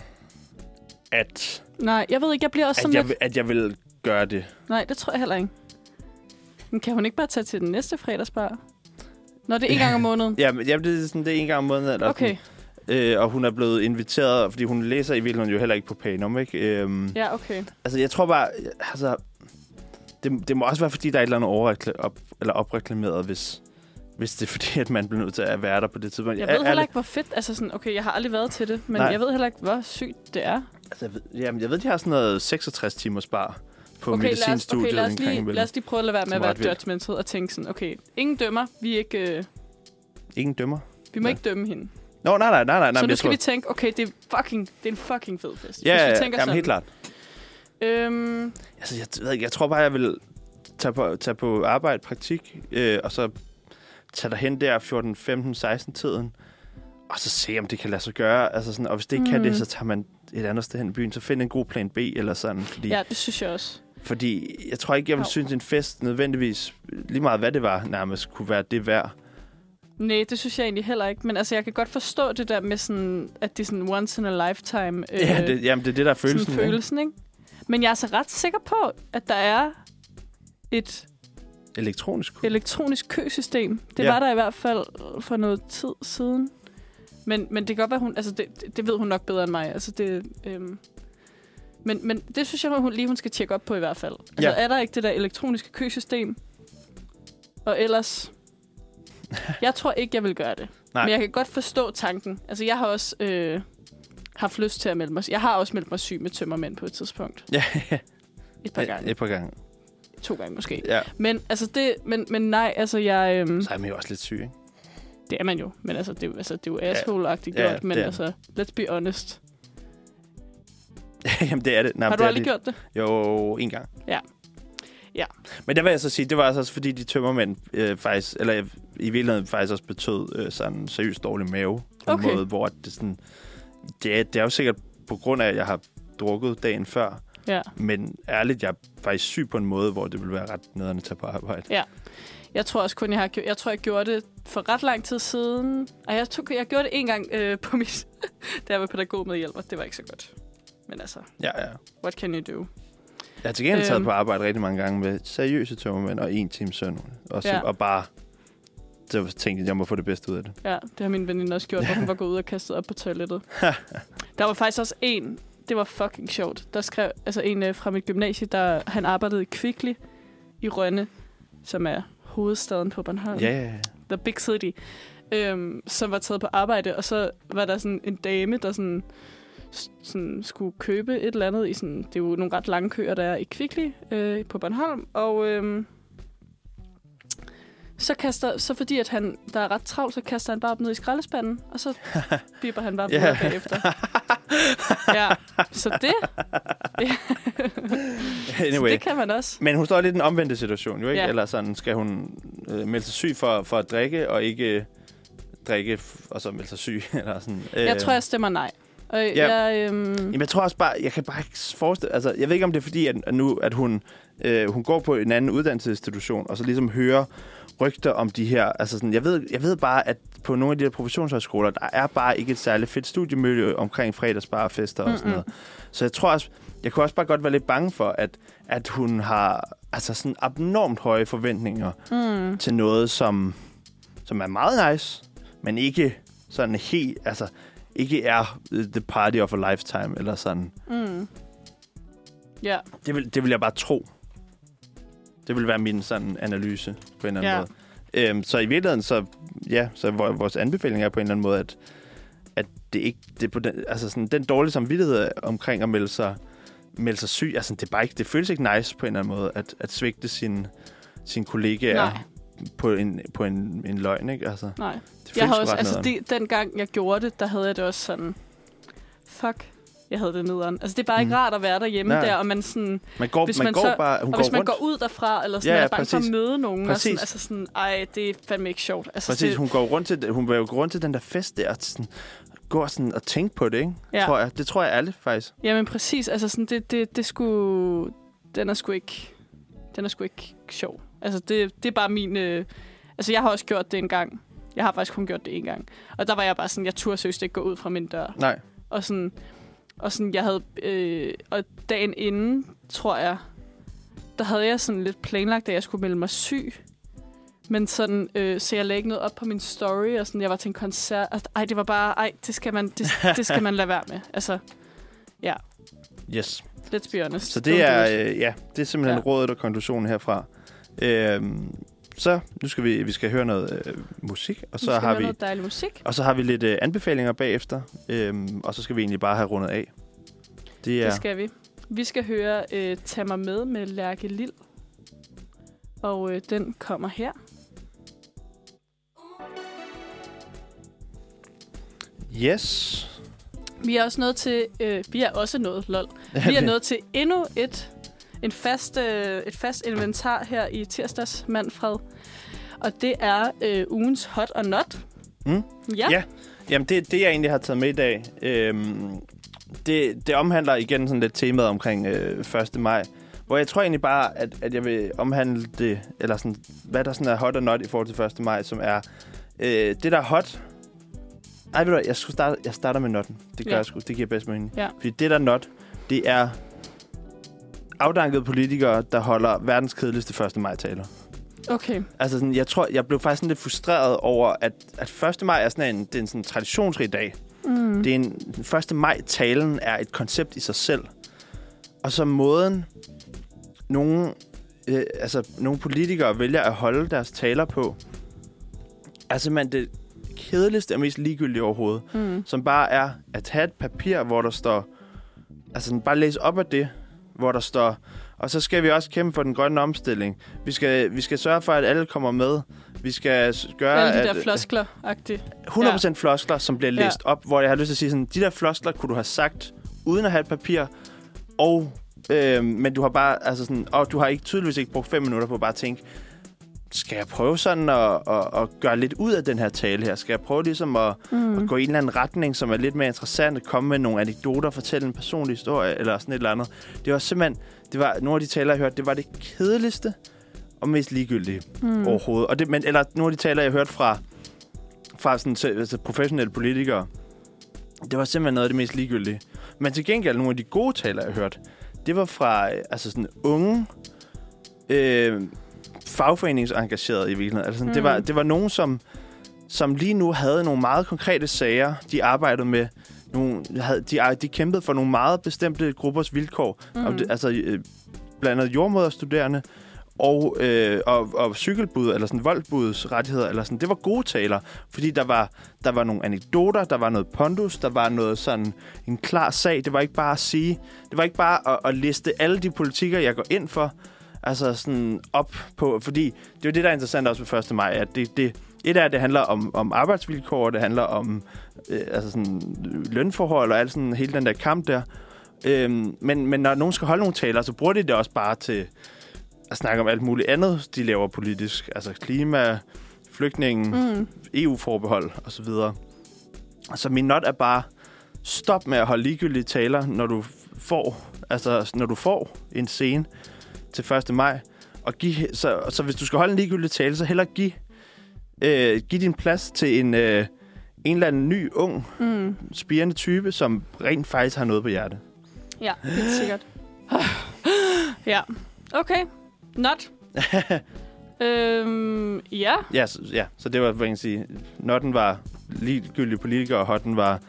at... Nej, jeg ved ikke, jeg bliver også sådan at jeg, lidt... at jeg vil gøre det. Nej, det tror jeg heller ikke. Men kan hun ikke bare tage til den næste fredagsbar? Når det er en gang om måneden? Ja, men det er sådan, det er en gang om måneden. Eller okay. Sådan, øh, og hun er blevet inviteret, fordi hun læser i virkeligheden jo heller ikke på Panum, ikke? Øhm, ja, okay. Altså, jeg tror bare... Altså, det, det må også være, fordi der er et eller andet overrekla- op, eller opreklameret, hvis... Hvis det er fordi, at man bliver nødt til at være der på det tidspunkt. Jeg ved heller ikke, hvor fedt... Altså sådan, okay, jeg har aldrig været til det, men Nej. jeg ved heller ikke, hvor sygt det er. Altså, jeg ved, jamen, jeg ved, de har sådan noget seksogtres timers bar på okay, medicinstudiet. Okay, lad os, lige, lad os lige prøve at lade være med at være judgmental og tænke sådan, okay, ingen dømmer, vi er ikke... Øh, ingen dømmer? Vi må ja. ikke dømme hende. Nå, nej, nej, nej, nej. Så nej, nu skal tror... vi tænke, okay, det er, fucking, det er en fucking fed fest. Ja, Hvis vi tænker jamen, sådan, helt klart. Øhm, altså, jeg, ved ikke, jeg tror bare, jeg vil tage på, tage på arbejde, praktik, øh, og så... tage derhen der fjorten femten seksten tiden, og så se, om det kan lade sig gøre. Altså sådan, og hvis det ikke mm. kan det, så tager man et andet sted hen i byen, så find en god plan B eller sådan. Fordi, ja, det synes jeg også. Fordi jeg tror ikke, jeg vil jo. synes, en fest nødvendigvis, lige meget hvad det var, nærmest kunne være det værd. Nej, det synes jeg egentlig heller ikke. Men altså, jeg kan godt forstå det der med sådan, at det er sådan once in a lifetime. Øh, ja, det, jamen, det er det, der er følelsen. Sådan følelsen, ikke? Men jeg er så ret sikker på, at der er et... Elektronisk Elektronisk køsystem. Det ja. var der i hvert fald for noget tid siden. Men, men det kan godt være, hun... Altså, det, det ved hun nok bedre end mig. Altså, det... Øhm, men, men det synes jeg, hun lige hun skal tjekke op på i hvert fald. Altså, ja. er der ikke det der elektroniske køsystem? Og ellers... jeg tror ikke, jeg vil gøre det. Nej. Men jeg kan godt forstå tanken. Altså, jeg har også øh, haft lyst til at melde mig... Jeg har også meldt mig syg med tømmermænd på et tidspunkt. Ja, et par gange. Et par gange. To gange måske. Ja. Men altså det, men, men nej, altså jeg... Øhm, så er man jo også lidt syg, ikke? Det er man jo, men altså det, altså, det er jo asshole-agtigt ja, gjort, men altså, let's be honest. Jamen det er det. Nej, har du det aldrig det. gjort det? Jo, en gang. Ja. Ja. Men der vil jeg så sige, det var altså også fordi de tømmermænd øh, faktisk, eller i virkeligheden faktisk også betød øh, sådan en seriøst dårlig mave. På okay. en måde, hvor det sådan... Det er, det er jo sikkert på grund af, at jeg har drukket dagen før. Ja. Men ærligt, jeg er faktisk syg på en måde, hvor det vil være ret nederen at tage på arbejde. Ja. Jeg tror også kun, jeg har gjort, jeg tror, jeg gjorde det for ret lang tid siden. Og jeg, tog, jeg gjorde det en gang øh, på mit... da jeg var pædagog med hjælper. Det var ikke så godt. Men altså... Ja, ja. What can you do? Jeg har til gengæld taget øhm, på arbejde rigtig mange gange med seriøse tømmermænd og en time søvn. Og, så, ja. og bare så tænkte jeg, at jeg må få det bedste ud af det. Ja, det har min veninde også gjort, hvor hun var gået ud og kastet op på toilettet. Der var faktisk også en, det var fucking sjovt, der skrev, altså en øh, fra mit gymnasie, der han arbejdede i Kvickly i Rønne, som er hovedstaden på Bornholm. Ja, ja, ja. The Big City. Øhm, som var taget på arbejde, og så var der sådan en dame, der sådan, sådan skulle købe et eller andet i sådan, det er jo nogle ret lange køer, der er i Kvickly øh, på Bornholm, og øhm, så kaster, så fordi at han, der er ret travlt, så kaster han bare op ned i skraldespanden, og så bipper han bare videre yeah. bagefter. Ja, så det... Anyway. Så det kan man også. Men hun står lidt i den omvendte situation, jo ikke? Ja. Eller sådan, skal hun øh, melde sig syg for, for at drikke, og ikke drikke, og så melde sig syg, eller sådan. Øh. Jeg tror, jeg stemmer nej. Og ja. jeg, øhm... Jamen, jeg tror også bare, jeg kan bare ikke forestille... Altså, jeg ved ikke, om det er fordi, at nu, at hun, øh, hun går på en anden uddannelsesinstitution, og så ligesom hører rygter om de her... Altså sådan, jeg ved, jeg ved bare, at på nogle af de her professionshøjskoler, der er bare ikke et særligt fedt studiemiljø omkring fredagsbarfester og sådan noget. Så jeg tror også... Jeg kunne også bare godt være lidt bange for, at, at hun har altså sådan abnormt høje forventninger mm. til noget, som, som er meget nice, men ikke sådan helt... Altså, ikke er the party of a lifetime, eller sådan. Mm. Yeah. Det vil, det vil jeg bare tro. Det vil være min sådan analyse på en eller anden yeah. måde. Øhm, så i virkeligheden, så, ja, så vores anbefaling er på en eller anden måde, at, at det ikke... Det på den, altså sådan, den dårlige samvittighed omkring at melde sig, melde sig syg, altså det, er bare ikke, det føles ikke nice på en eller anden måde, at, at svigte sine sin kollegaer Nej. på en, på en, en løgn, ikke? Altså, Nej. Jeg havde også, altså det, den gang jeg gjorde det, der havde jeg det også sådan, fuck, jeg havde det nederen. Altså det er bare mm. ikke rart at være derhjemme Nej. der, og man sådan, man går, hvis man man går så, bare, hun og går hvis man rundt. går ud derfra, eller sådan, ja, ja, er bange for at møde nogen, og sådan, altså sådan, ej, det er fandme ikke sjovt. Altså, præcis, det, hun går rundt til, hun vil jo gå rundt til den der fest der, og sådan, går sådan og tænke på det, ikke? Ja. Tror jeg. Det tror jeg ærligt, faktisk. Jamen præcis, altså sådan, det, det, det skulle, den er sgu ikke, den er sgu ikke sjov. Altså det, det er bare min, øh, altså jeg har også gjort det en gang. Jeg har faktisk kun gjort det en gang. Og der var jeg bare sådan, jeg turde seriøst ikke gå ud fra min dør. Nej. Og sådan, og sådan jeg havde, øh, og dagen inden, tror jeg, der havde jeg sådan lidt planlagt, at jeg skulle melde mig syg. Men sådan, øh, så jeg lagde ikke noget op på min story, og sådan, jeg var til en koncert. Altså, ej, det var bare, ej, det skal man, det, det skal man lade være med. Altså, ja. Yes. Let's be honest. Så det er, øh, ja, det er simpelthen ja. rådet og konklusionen herfra. Øhm, så nu skal vi, vi skal høre noget øh, musik, og så har vi noget dejlig musik. Og så har vi lidt øh, anbefalinger bagefter, øhm, og så skal vi egentlig bare have rundet af. Det, er det skal vi. Vi skal høre øh, Tag mig med med Lærke Lille. Og øh, den kommer her. Yes. Vi er også nået til, øh, vi er også nået, lol. Vi er nået til endnu et, en fast, øh, et fast inventar her i tirsdags, Manfred. Og det er øh, ugens hot og not. Mm. Ja. ja. Jamen, det, det jeg egentlig har taget med i dag, øhm, det, det omhandler igen sådan lidt temaet omkring øh, første maj. Hvor jeg tror egentlig bare, at, at jeg vil omhandle det, eller sådan, hvad der sådan er hot og not i forhold til første maj, som er øh, det, der er hot. Ej, ved du jeg, skulle starte, jeg starter med notten. Det gør ja. jeg sgu. Det giver bedst mening. Ja. Fordi det, der er not, det er afdankede politikere, der holder verdens kedeligste første maj-taler. Okay. Altså, sådan, jeg tror, jeg blev faktisk sådan lidt frustreret over, at, at første maj er sådan en, det er en sådan traditionsrig dag. Mm. Det er en, første maj-talen er et koncept i sig selv. Og så måden nogle, øh, altså, nogle politikere vælger at holde deres taler på, er simpelthen det kedeligste og mest ligegyldige overhovedet. Mm. Som bare er at have et papir, hvor der står... Altså, bare læse op af det, hvor der står... Og så skal vi også kæmpe for den grønne omstilling. Vi skal, vi skal sørge for, at alle kommer med. Vi skal gøre... Alle de at, der floskler-agtigt. hundrede procent ja. floskler, som bliver læst ja. op, hvor jeg har lyst til at sige sådan, de der floskler kunne du have sagt, uden at have et papir, og... Øh, men du har bare... Altså sådan, og du har ikke tydeligvis ikke brugt fem minutter på at bare tænke, skal jeg prøve sådan at, at, at gøre lidt ud af den her tale her? Skal jeg prøve ligesom at, mm. at gå i en eller anden retning, som er lidt mere interessant, at komme med nogle anekdoter, fortælle en personlig historie, eller sådan et eller andet. Det var simpelthen, det var nogle af de taler, jeg hørte, det var det kedeligste og mest ligegyldige mm. overhovedet. Og det, men, eller nogle af de taler, jeg hørte fra, fra sådan, altså professionelle politikere, det var simpelthen noget af det mest ligegyldige. Men til gengæld, nogle af de gode taler, jeg hørte, det var fra altså sådan unge... Øh, fagforeningsengageret i virkeligheden. Altså, Mm. det, var, det var nogen, som, som lige nu havde nogle meget konkrete sager, de arbejdede med. Nogle, havde, de, de kæmpede for nogle meget bestemte gruppers vilkår. Mm. Om det, altså øh, blandt andet jordmoderstuderende og, øh, og, og cykelbud, eller sådan voldbuds rettigheder. Eller sådan. Det var gode taler, fordi der var, der var nogle anekdoter, der var noget pondus, der var noget sådan en klar sag. Det var ikke bare at sige, det var ikke bare at, at liste alle de politikker, jeg går ind for, altså sådan op på, fordi det er jo det, der er interessant også ved første maj, at det, det et er, at det handler om, om arbejdsvilkår, det handler om øh, altså sådan lønforhold og alt sådan hele den der kamp der. Øhm, men, men når nogen skal holde nogle taler, så bruger de det også bare til at snakke om alt muligt andet, de laver politisk. Altså klima, flygtninge, mm. E U-forbehold osv. Så min not er bare, stop med at holde ligegyldige taler, når du får, altså når du får en scene til første maj. Og give, så, så hvis du skal holde en ligegyldig tale, så hellere give, øh, give din plads til en, øh, en eller anden ny, ung, mm. spirende type, som rent faktisk har noget på hjertet. Ja, helt sikkert. Ja, okay. Not. øhm, ja. Ja så, ja, så det var, hvad jeg kan sige, notten var ligegyldige politikere, og hotten var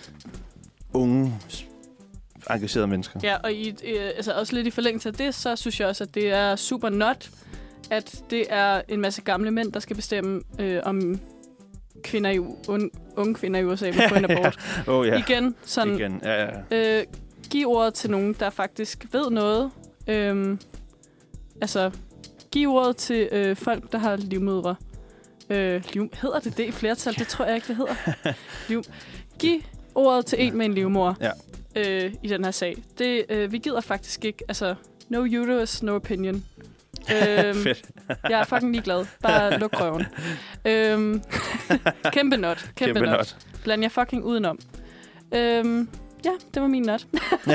unge, engagerede mennesker. Ja, og i, øh, altså også lidt i forlængelse af det, så synes jeg også, at det er super not, at det er en masse gamle mænd, der skal bestemme, øh, om kvinder i, un, unge kvinder i U S A vil få en abort. oh, ja. Igen, sådan, Igen. Ja, ja. Øh, giv ordet til nogen, der faktisk ved noget. Øhm, altså, giv ordet til øh, folk, der har livmødre. Øh, liv, hedder det det i flertal? Det tror jeg ikke, det hedder. Liv. Giv ordet til en med en livmor. Ja. Øh, i den her sag. Det, øh, vi gider faktisk ikke. Altså, no uterus, no opinion. øhm, Fedt. Jeg er fucking ligeglad. Bare luk røven. øhm, kæmpe not. Kæmpe, kæmpe not. not. Bland jeg fucking udenom. Øhm, ja, det var min not.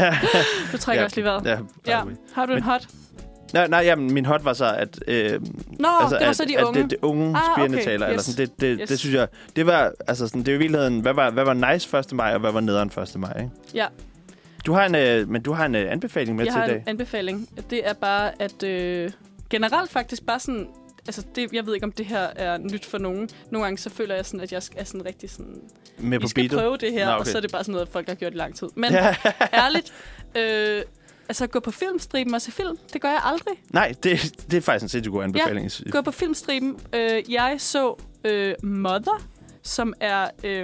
Du trækker ja. også lige vejret. Ja, ja. Har du en hot? Nej, nej jamen, min hot var så, at... Øh, Nå, altså, det var at, så de at, unge. At det, det unge ah, spirende okay. taler. Yes. Eller sådan, det, det, yes. det synes jeg... Det var, altså sådan, det er i virkeligheden... Hvad var, hvad var nice første maj, og hvad var nederen første maj, ikke? Ja. Du har en, øh, men du har en øh, anbefaling med jeg til i dag. Jeg har en anbefaling. Det er bare, at øh, generelt faktisk bare sådan... Altså, det, jeg ved ikke, om det her er nyt for nogen. Nogle gange så føler jeg sådan, at jeg er sådan rigtig sådan... Med på vi skal beatet. prøve det her, Nå, okay. og så er det bare sådan noget, folk har gjort i lang tid. Men ærligt... Øh, Altså, gå på filmstriben og se film, det gør jeg aldrig. Nej, det, det er faktisk en sindssygt god anbefaling. Ja, gå på filmstriben. Øh, jeg så øh, Mother, som er øh,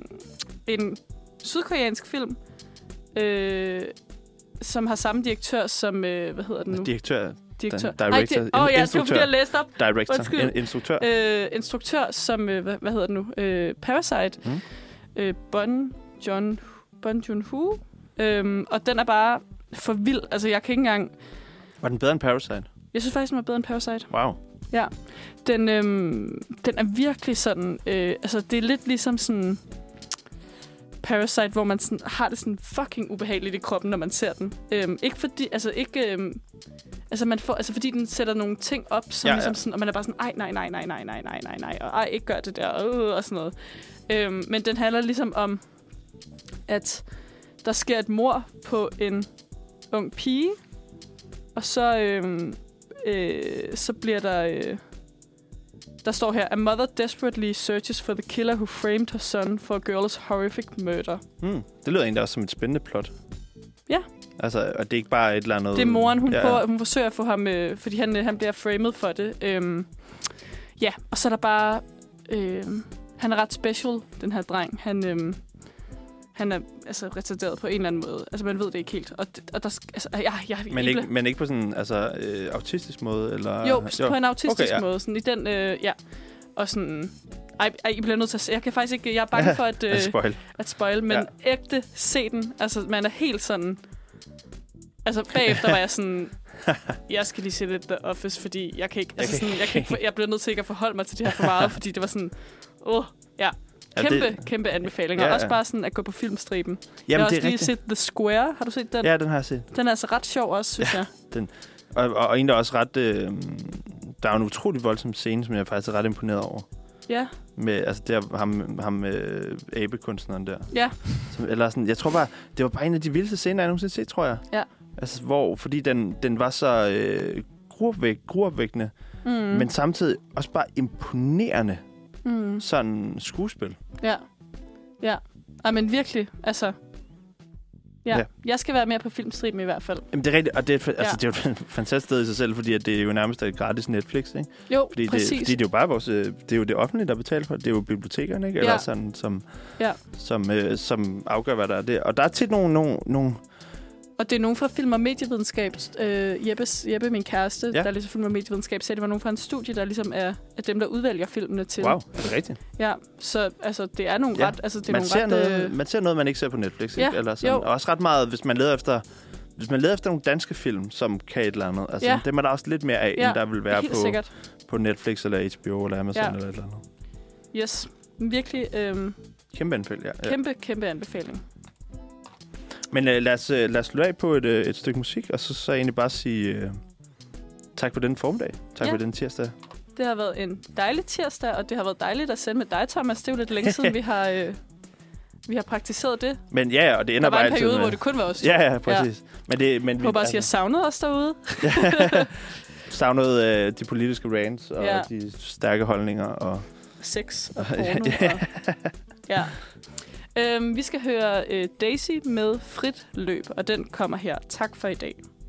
en sydkoreansk film, øh, som har samme direktør som, øh, hvad hedder den nu? Direktør? Direktør. Director. Åh oh, ja, det var fordi, jeg læste op. Director. In, instruktør. Øh, instruktør som, øh, hvad, hvad hedder den nu? Øh, Parasite. Mm. Øh, Bon John, Bon Joon-ho. Øh, og den er bare... for vild. Altså, jeg kan ikke engang... Var den bedre end Parasite? Jeg synes faktisk, den var bedre end Parasite. Wow. Ja. Den, øhm, den er virkelig sådan... Øh, altså, det er lidt ligesom sådan... Parasite, hvor man sådan, har det sådan fucking ubehageligt i kroppen, når man ser den. Øhm, ikke fordi... Altså, ikke... Øhm, altså, man får, altså, fordi den sætter nogle ting op, som ja, ligesom ja. Sådan... Og man er bare sådan... Ej, nej, nej, nej, nej, nej, nej, nej, nej. Og ej, ikke gør det der. Øh, og sådan noget. Øhm, men den handler ligesom om, at der sker et mord på en ung pige, og så, øh, øh, så bliver der... Øh, der står her, a mother desperately searches for the killer who framed her son for a girl's horrific murder. Hmm. Det lyder egentlig også som et spændende plot. Ja. Altså, og det er ikke bare et eller andet... Det er moren, hun, ja. prøver, hun forsøger at få ham... Øh, fordi han, øh, han bliver framed for det. Øhm, ja, og så er der bare... Øh, han er ret special, den her dreng. Han... Øh, Han er altså retarderet på en eller anden måde. Altså, man ved det ikke helt. Og, og der, altså, jeg, jeg, men, ikke, men ikke på sådan en altså, øh, autistisk måde? Eller? Jo, jo, på en autistisk okay, ja. måde. Sådan i den, øh, ja. Og sådan... Ej, ej, I bliver nødt til at se. Jeg kan faktisk ikke... Jeg er bange for at... Øh, at spoil. At spoil, men ja. ægte se den. Altså, man er helt sådan... Altså, bagefter var jeg sådan... Jeg skal lige se lidt The Office, fordi jeg kan ikke... Altså, sådan, jeg, kan ikke jeg bliver nødt til ikke at forholde mig til det her for meget, fordi det var sådan... Åh, oh, ja. Kæmpe, ja, det... kæmpe anbefalinger. Ja, ja. Også bare sådan at gå på filmstriben. Jamen, jeg har også lige rigtigt. set The Square. Har du set den? Ja, den har jeg set. Den er altså ret sjov også, synes ja, jeg. Den. Og, og, og egentlig også ret... Øh, der er en utrolig voldsom scene, som jeg faktisk er ret imponeret over. Ja. Med, altså, det er ham, ham øh, abekunstneren der. Ja. Som, eller sådan, jeg tror bare, det var bare en af de vildeste scener, jeg nogensinde set, tror jeg. Ja. Altså, hvor, fordi den, den var så øh, gruopvæk, gruopvækkende. mm. men samtidig også bare imponerende mm. sådan skuespil. Ja, ja. Ej, men virkelig, altså... Ja. ja, jeg skal være mere på Filmstriben i hvert fald. Jamen, det er rigtigt, og det er, altså, ja. det er jo et fantastisk sted i sig selv, fordi at det er jo nærmest et gratis Netflix, ikke? Jo, fordi præcis. Det, fordi det er jo bare vores, det er jo det offentlige, der betaler for det. Det er jo bibliotekerne, ikke? Eller ja. sådan, som, ja. som, øh, som afgør, hvad der er det. Og der er tit nogle... nogle, nogle Og det er nogen fra film- og medievidenskab. Øh, Jeppes, Jeppe, min kæreste, ja. der er ligesom film- og medievidenskab, sagde, det var nogen fra en studie, der ligesom er, er dem, der udvælger filmene til. Wow, det er rigtigt. Ja, så altså, det er nogle ja. ret... Altså, det er man, nogle ser ret noget, øh... man ser noget, man ikke ser på Netflix, ja. ikke? Eller sådan. Og også ret meget, hvis man leder efter... Hvis man leder efter nogle danske film, som kan et eller andet, altså, ja. dem er der også lidt mere af, ja. end der vil være på, på Netflix eller H B O eller Amazon ja. eller et eller andet. Yes, virkelig... Øh... Kæmpe anbefaling, ja. Kæmpe, ja. kæmpe anbefaling. Men øh, lad os, øh, lad os slutte af på et, øh, et stykke musik, og så, så egentlig bare sige øh, tak for den formiddag. Tak ja. for den tirsdag. Det har været en dejlig tirsdag, og det har været dejligt at sende med dig, Thomas. Det er jo lidt længe siden, vi har... Øh... Vi har praktiseret det. Men ja, og det ender bare altid. Der var en periode, med... hvor det kun var os. Ja, ja, præcis. Ja. Men det, men jeg håber også, altså... jeg savnede os derude. savnede øh, de politiske rants og ja. de stærke holdninger. Og sex og porno. ja. Og... ja. Øhm, vi skal høre øh, Daisy med Frit Løb, og den kommer her. Tak for i dag.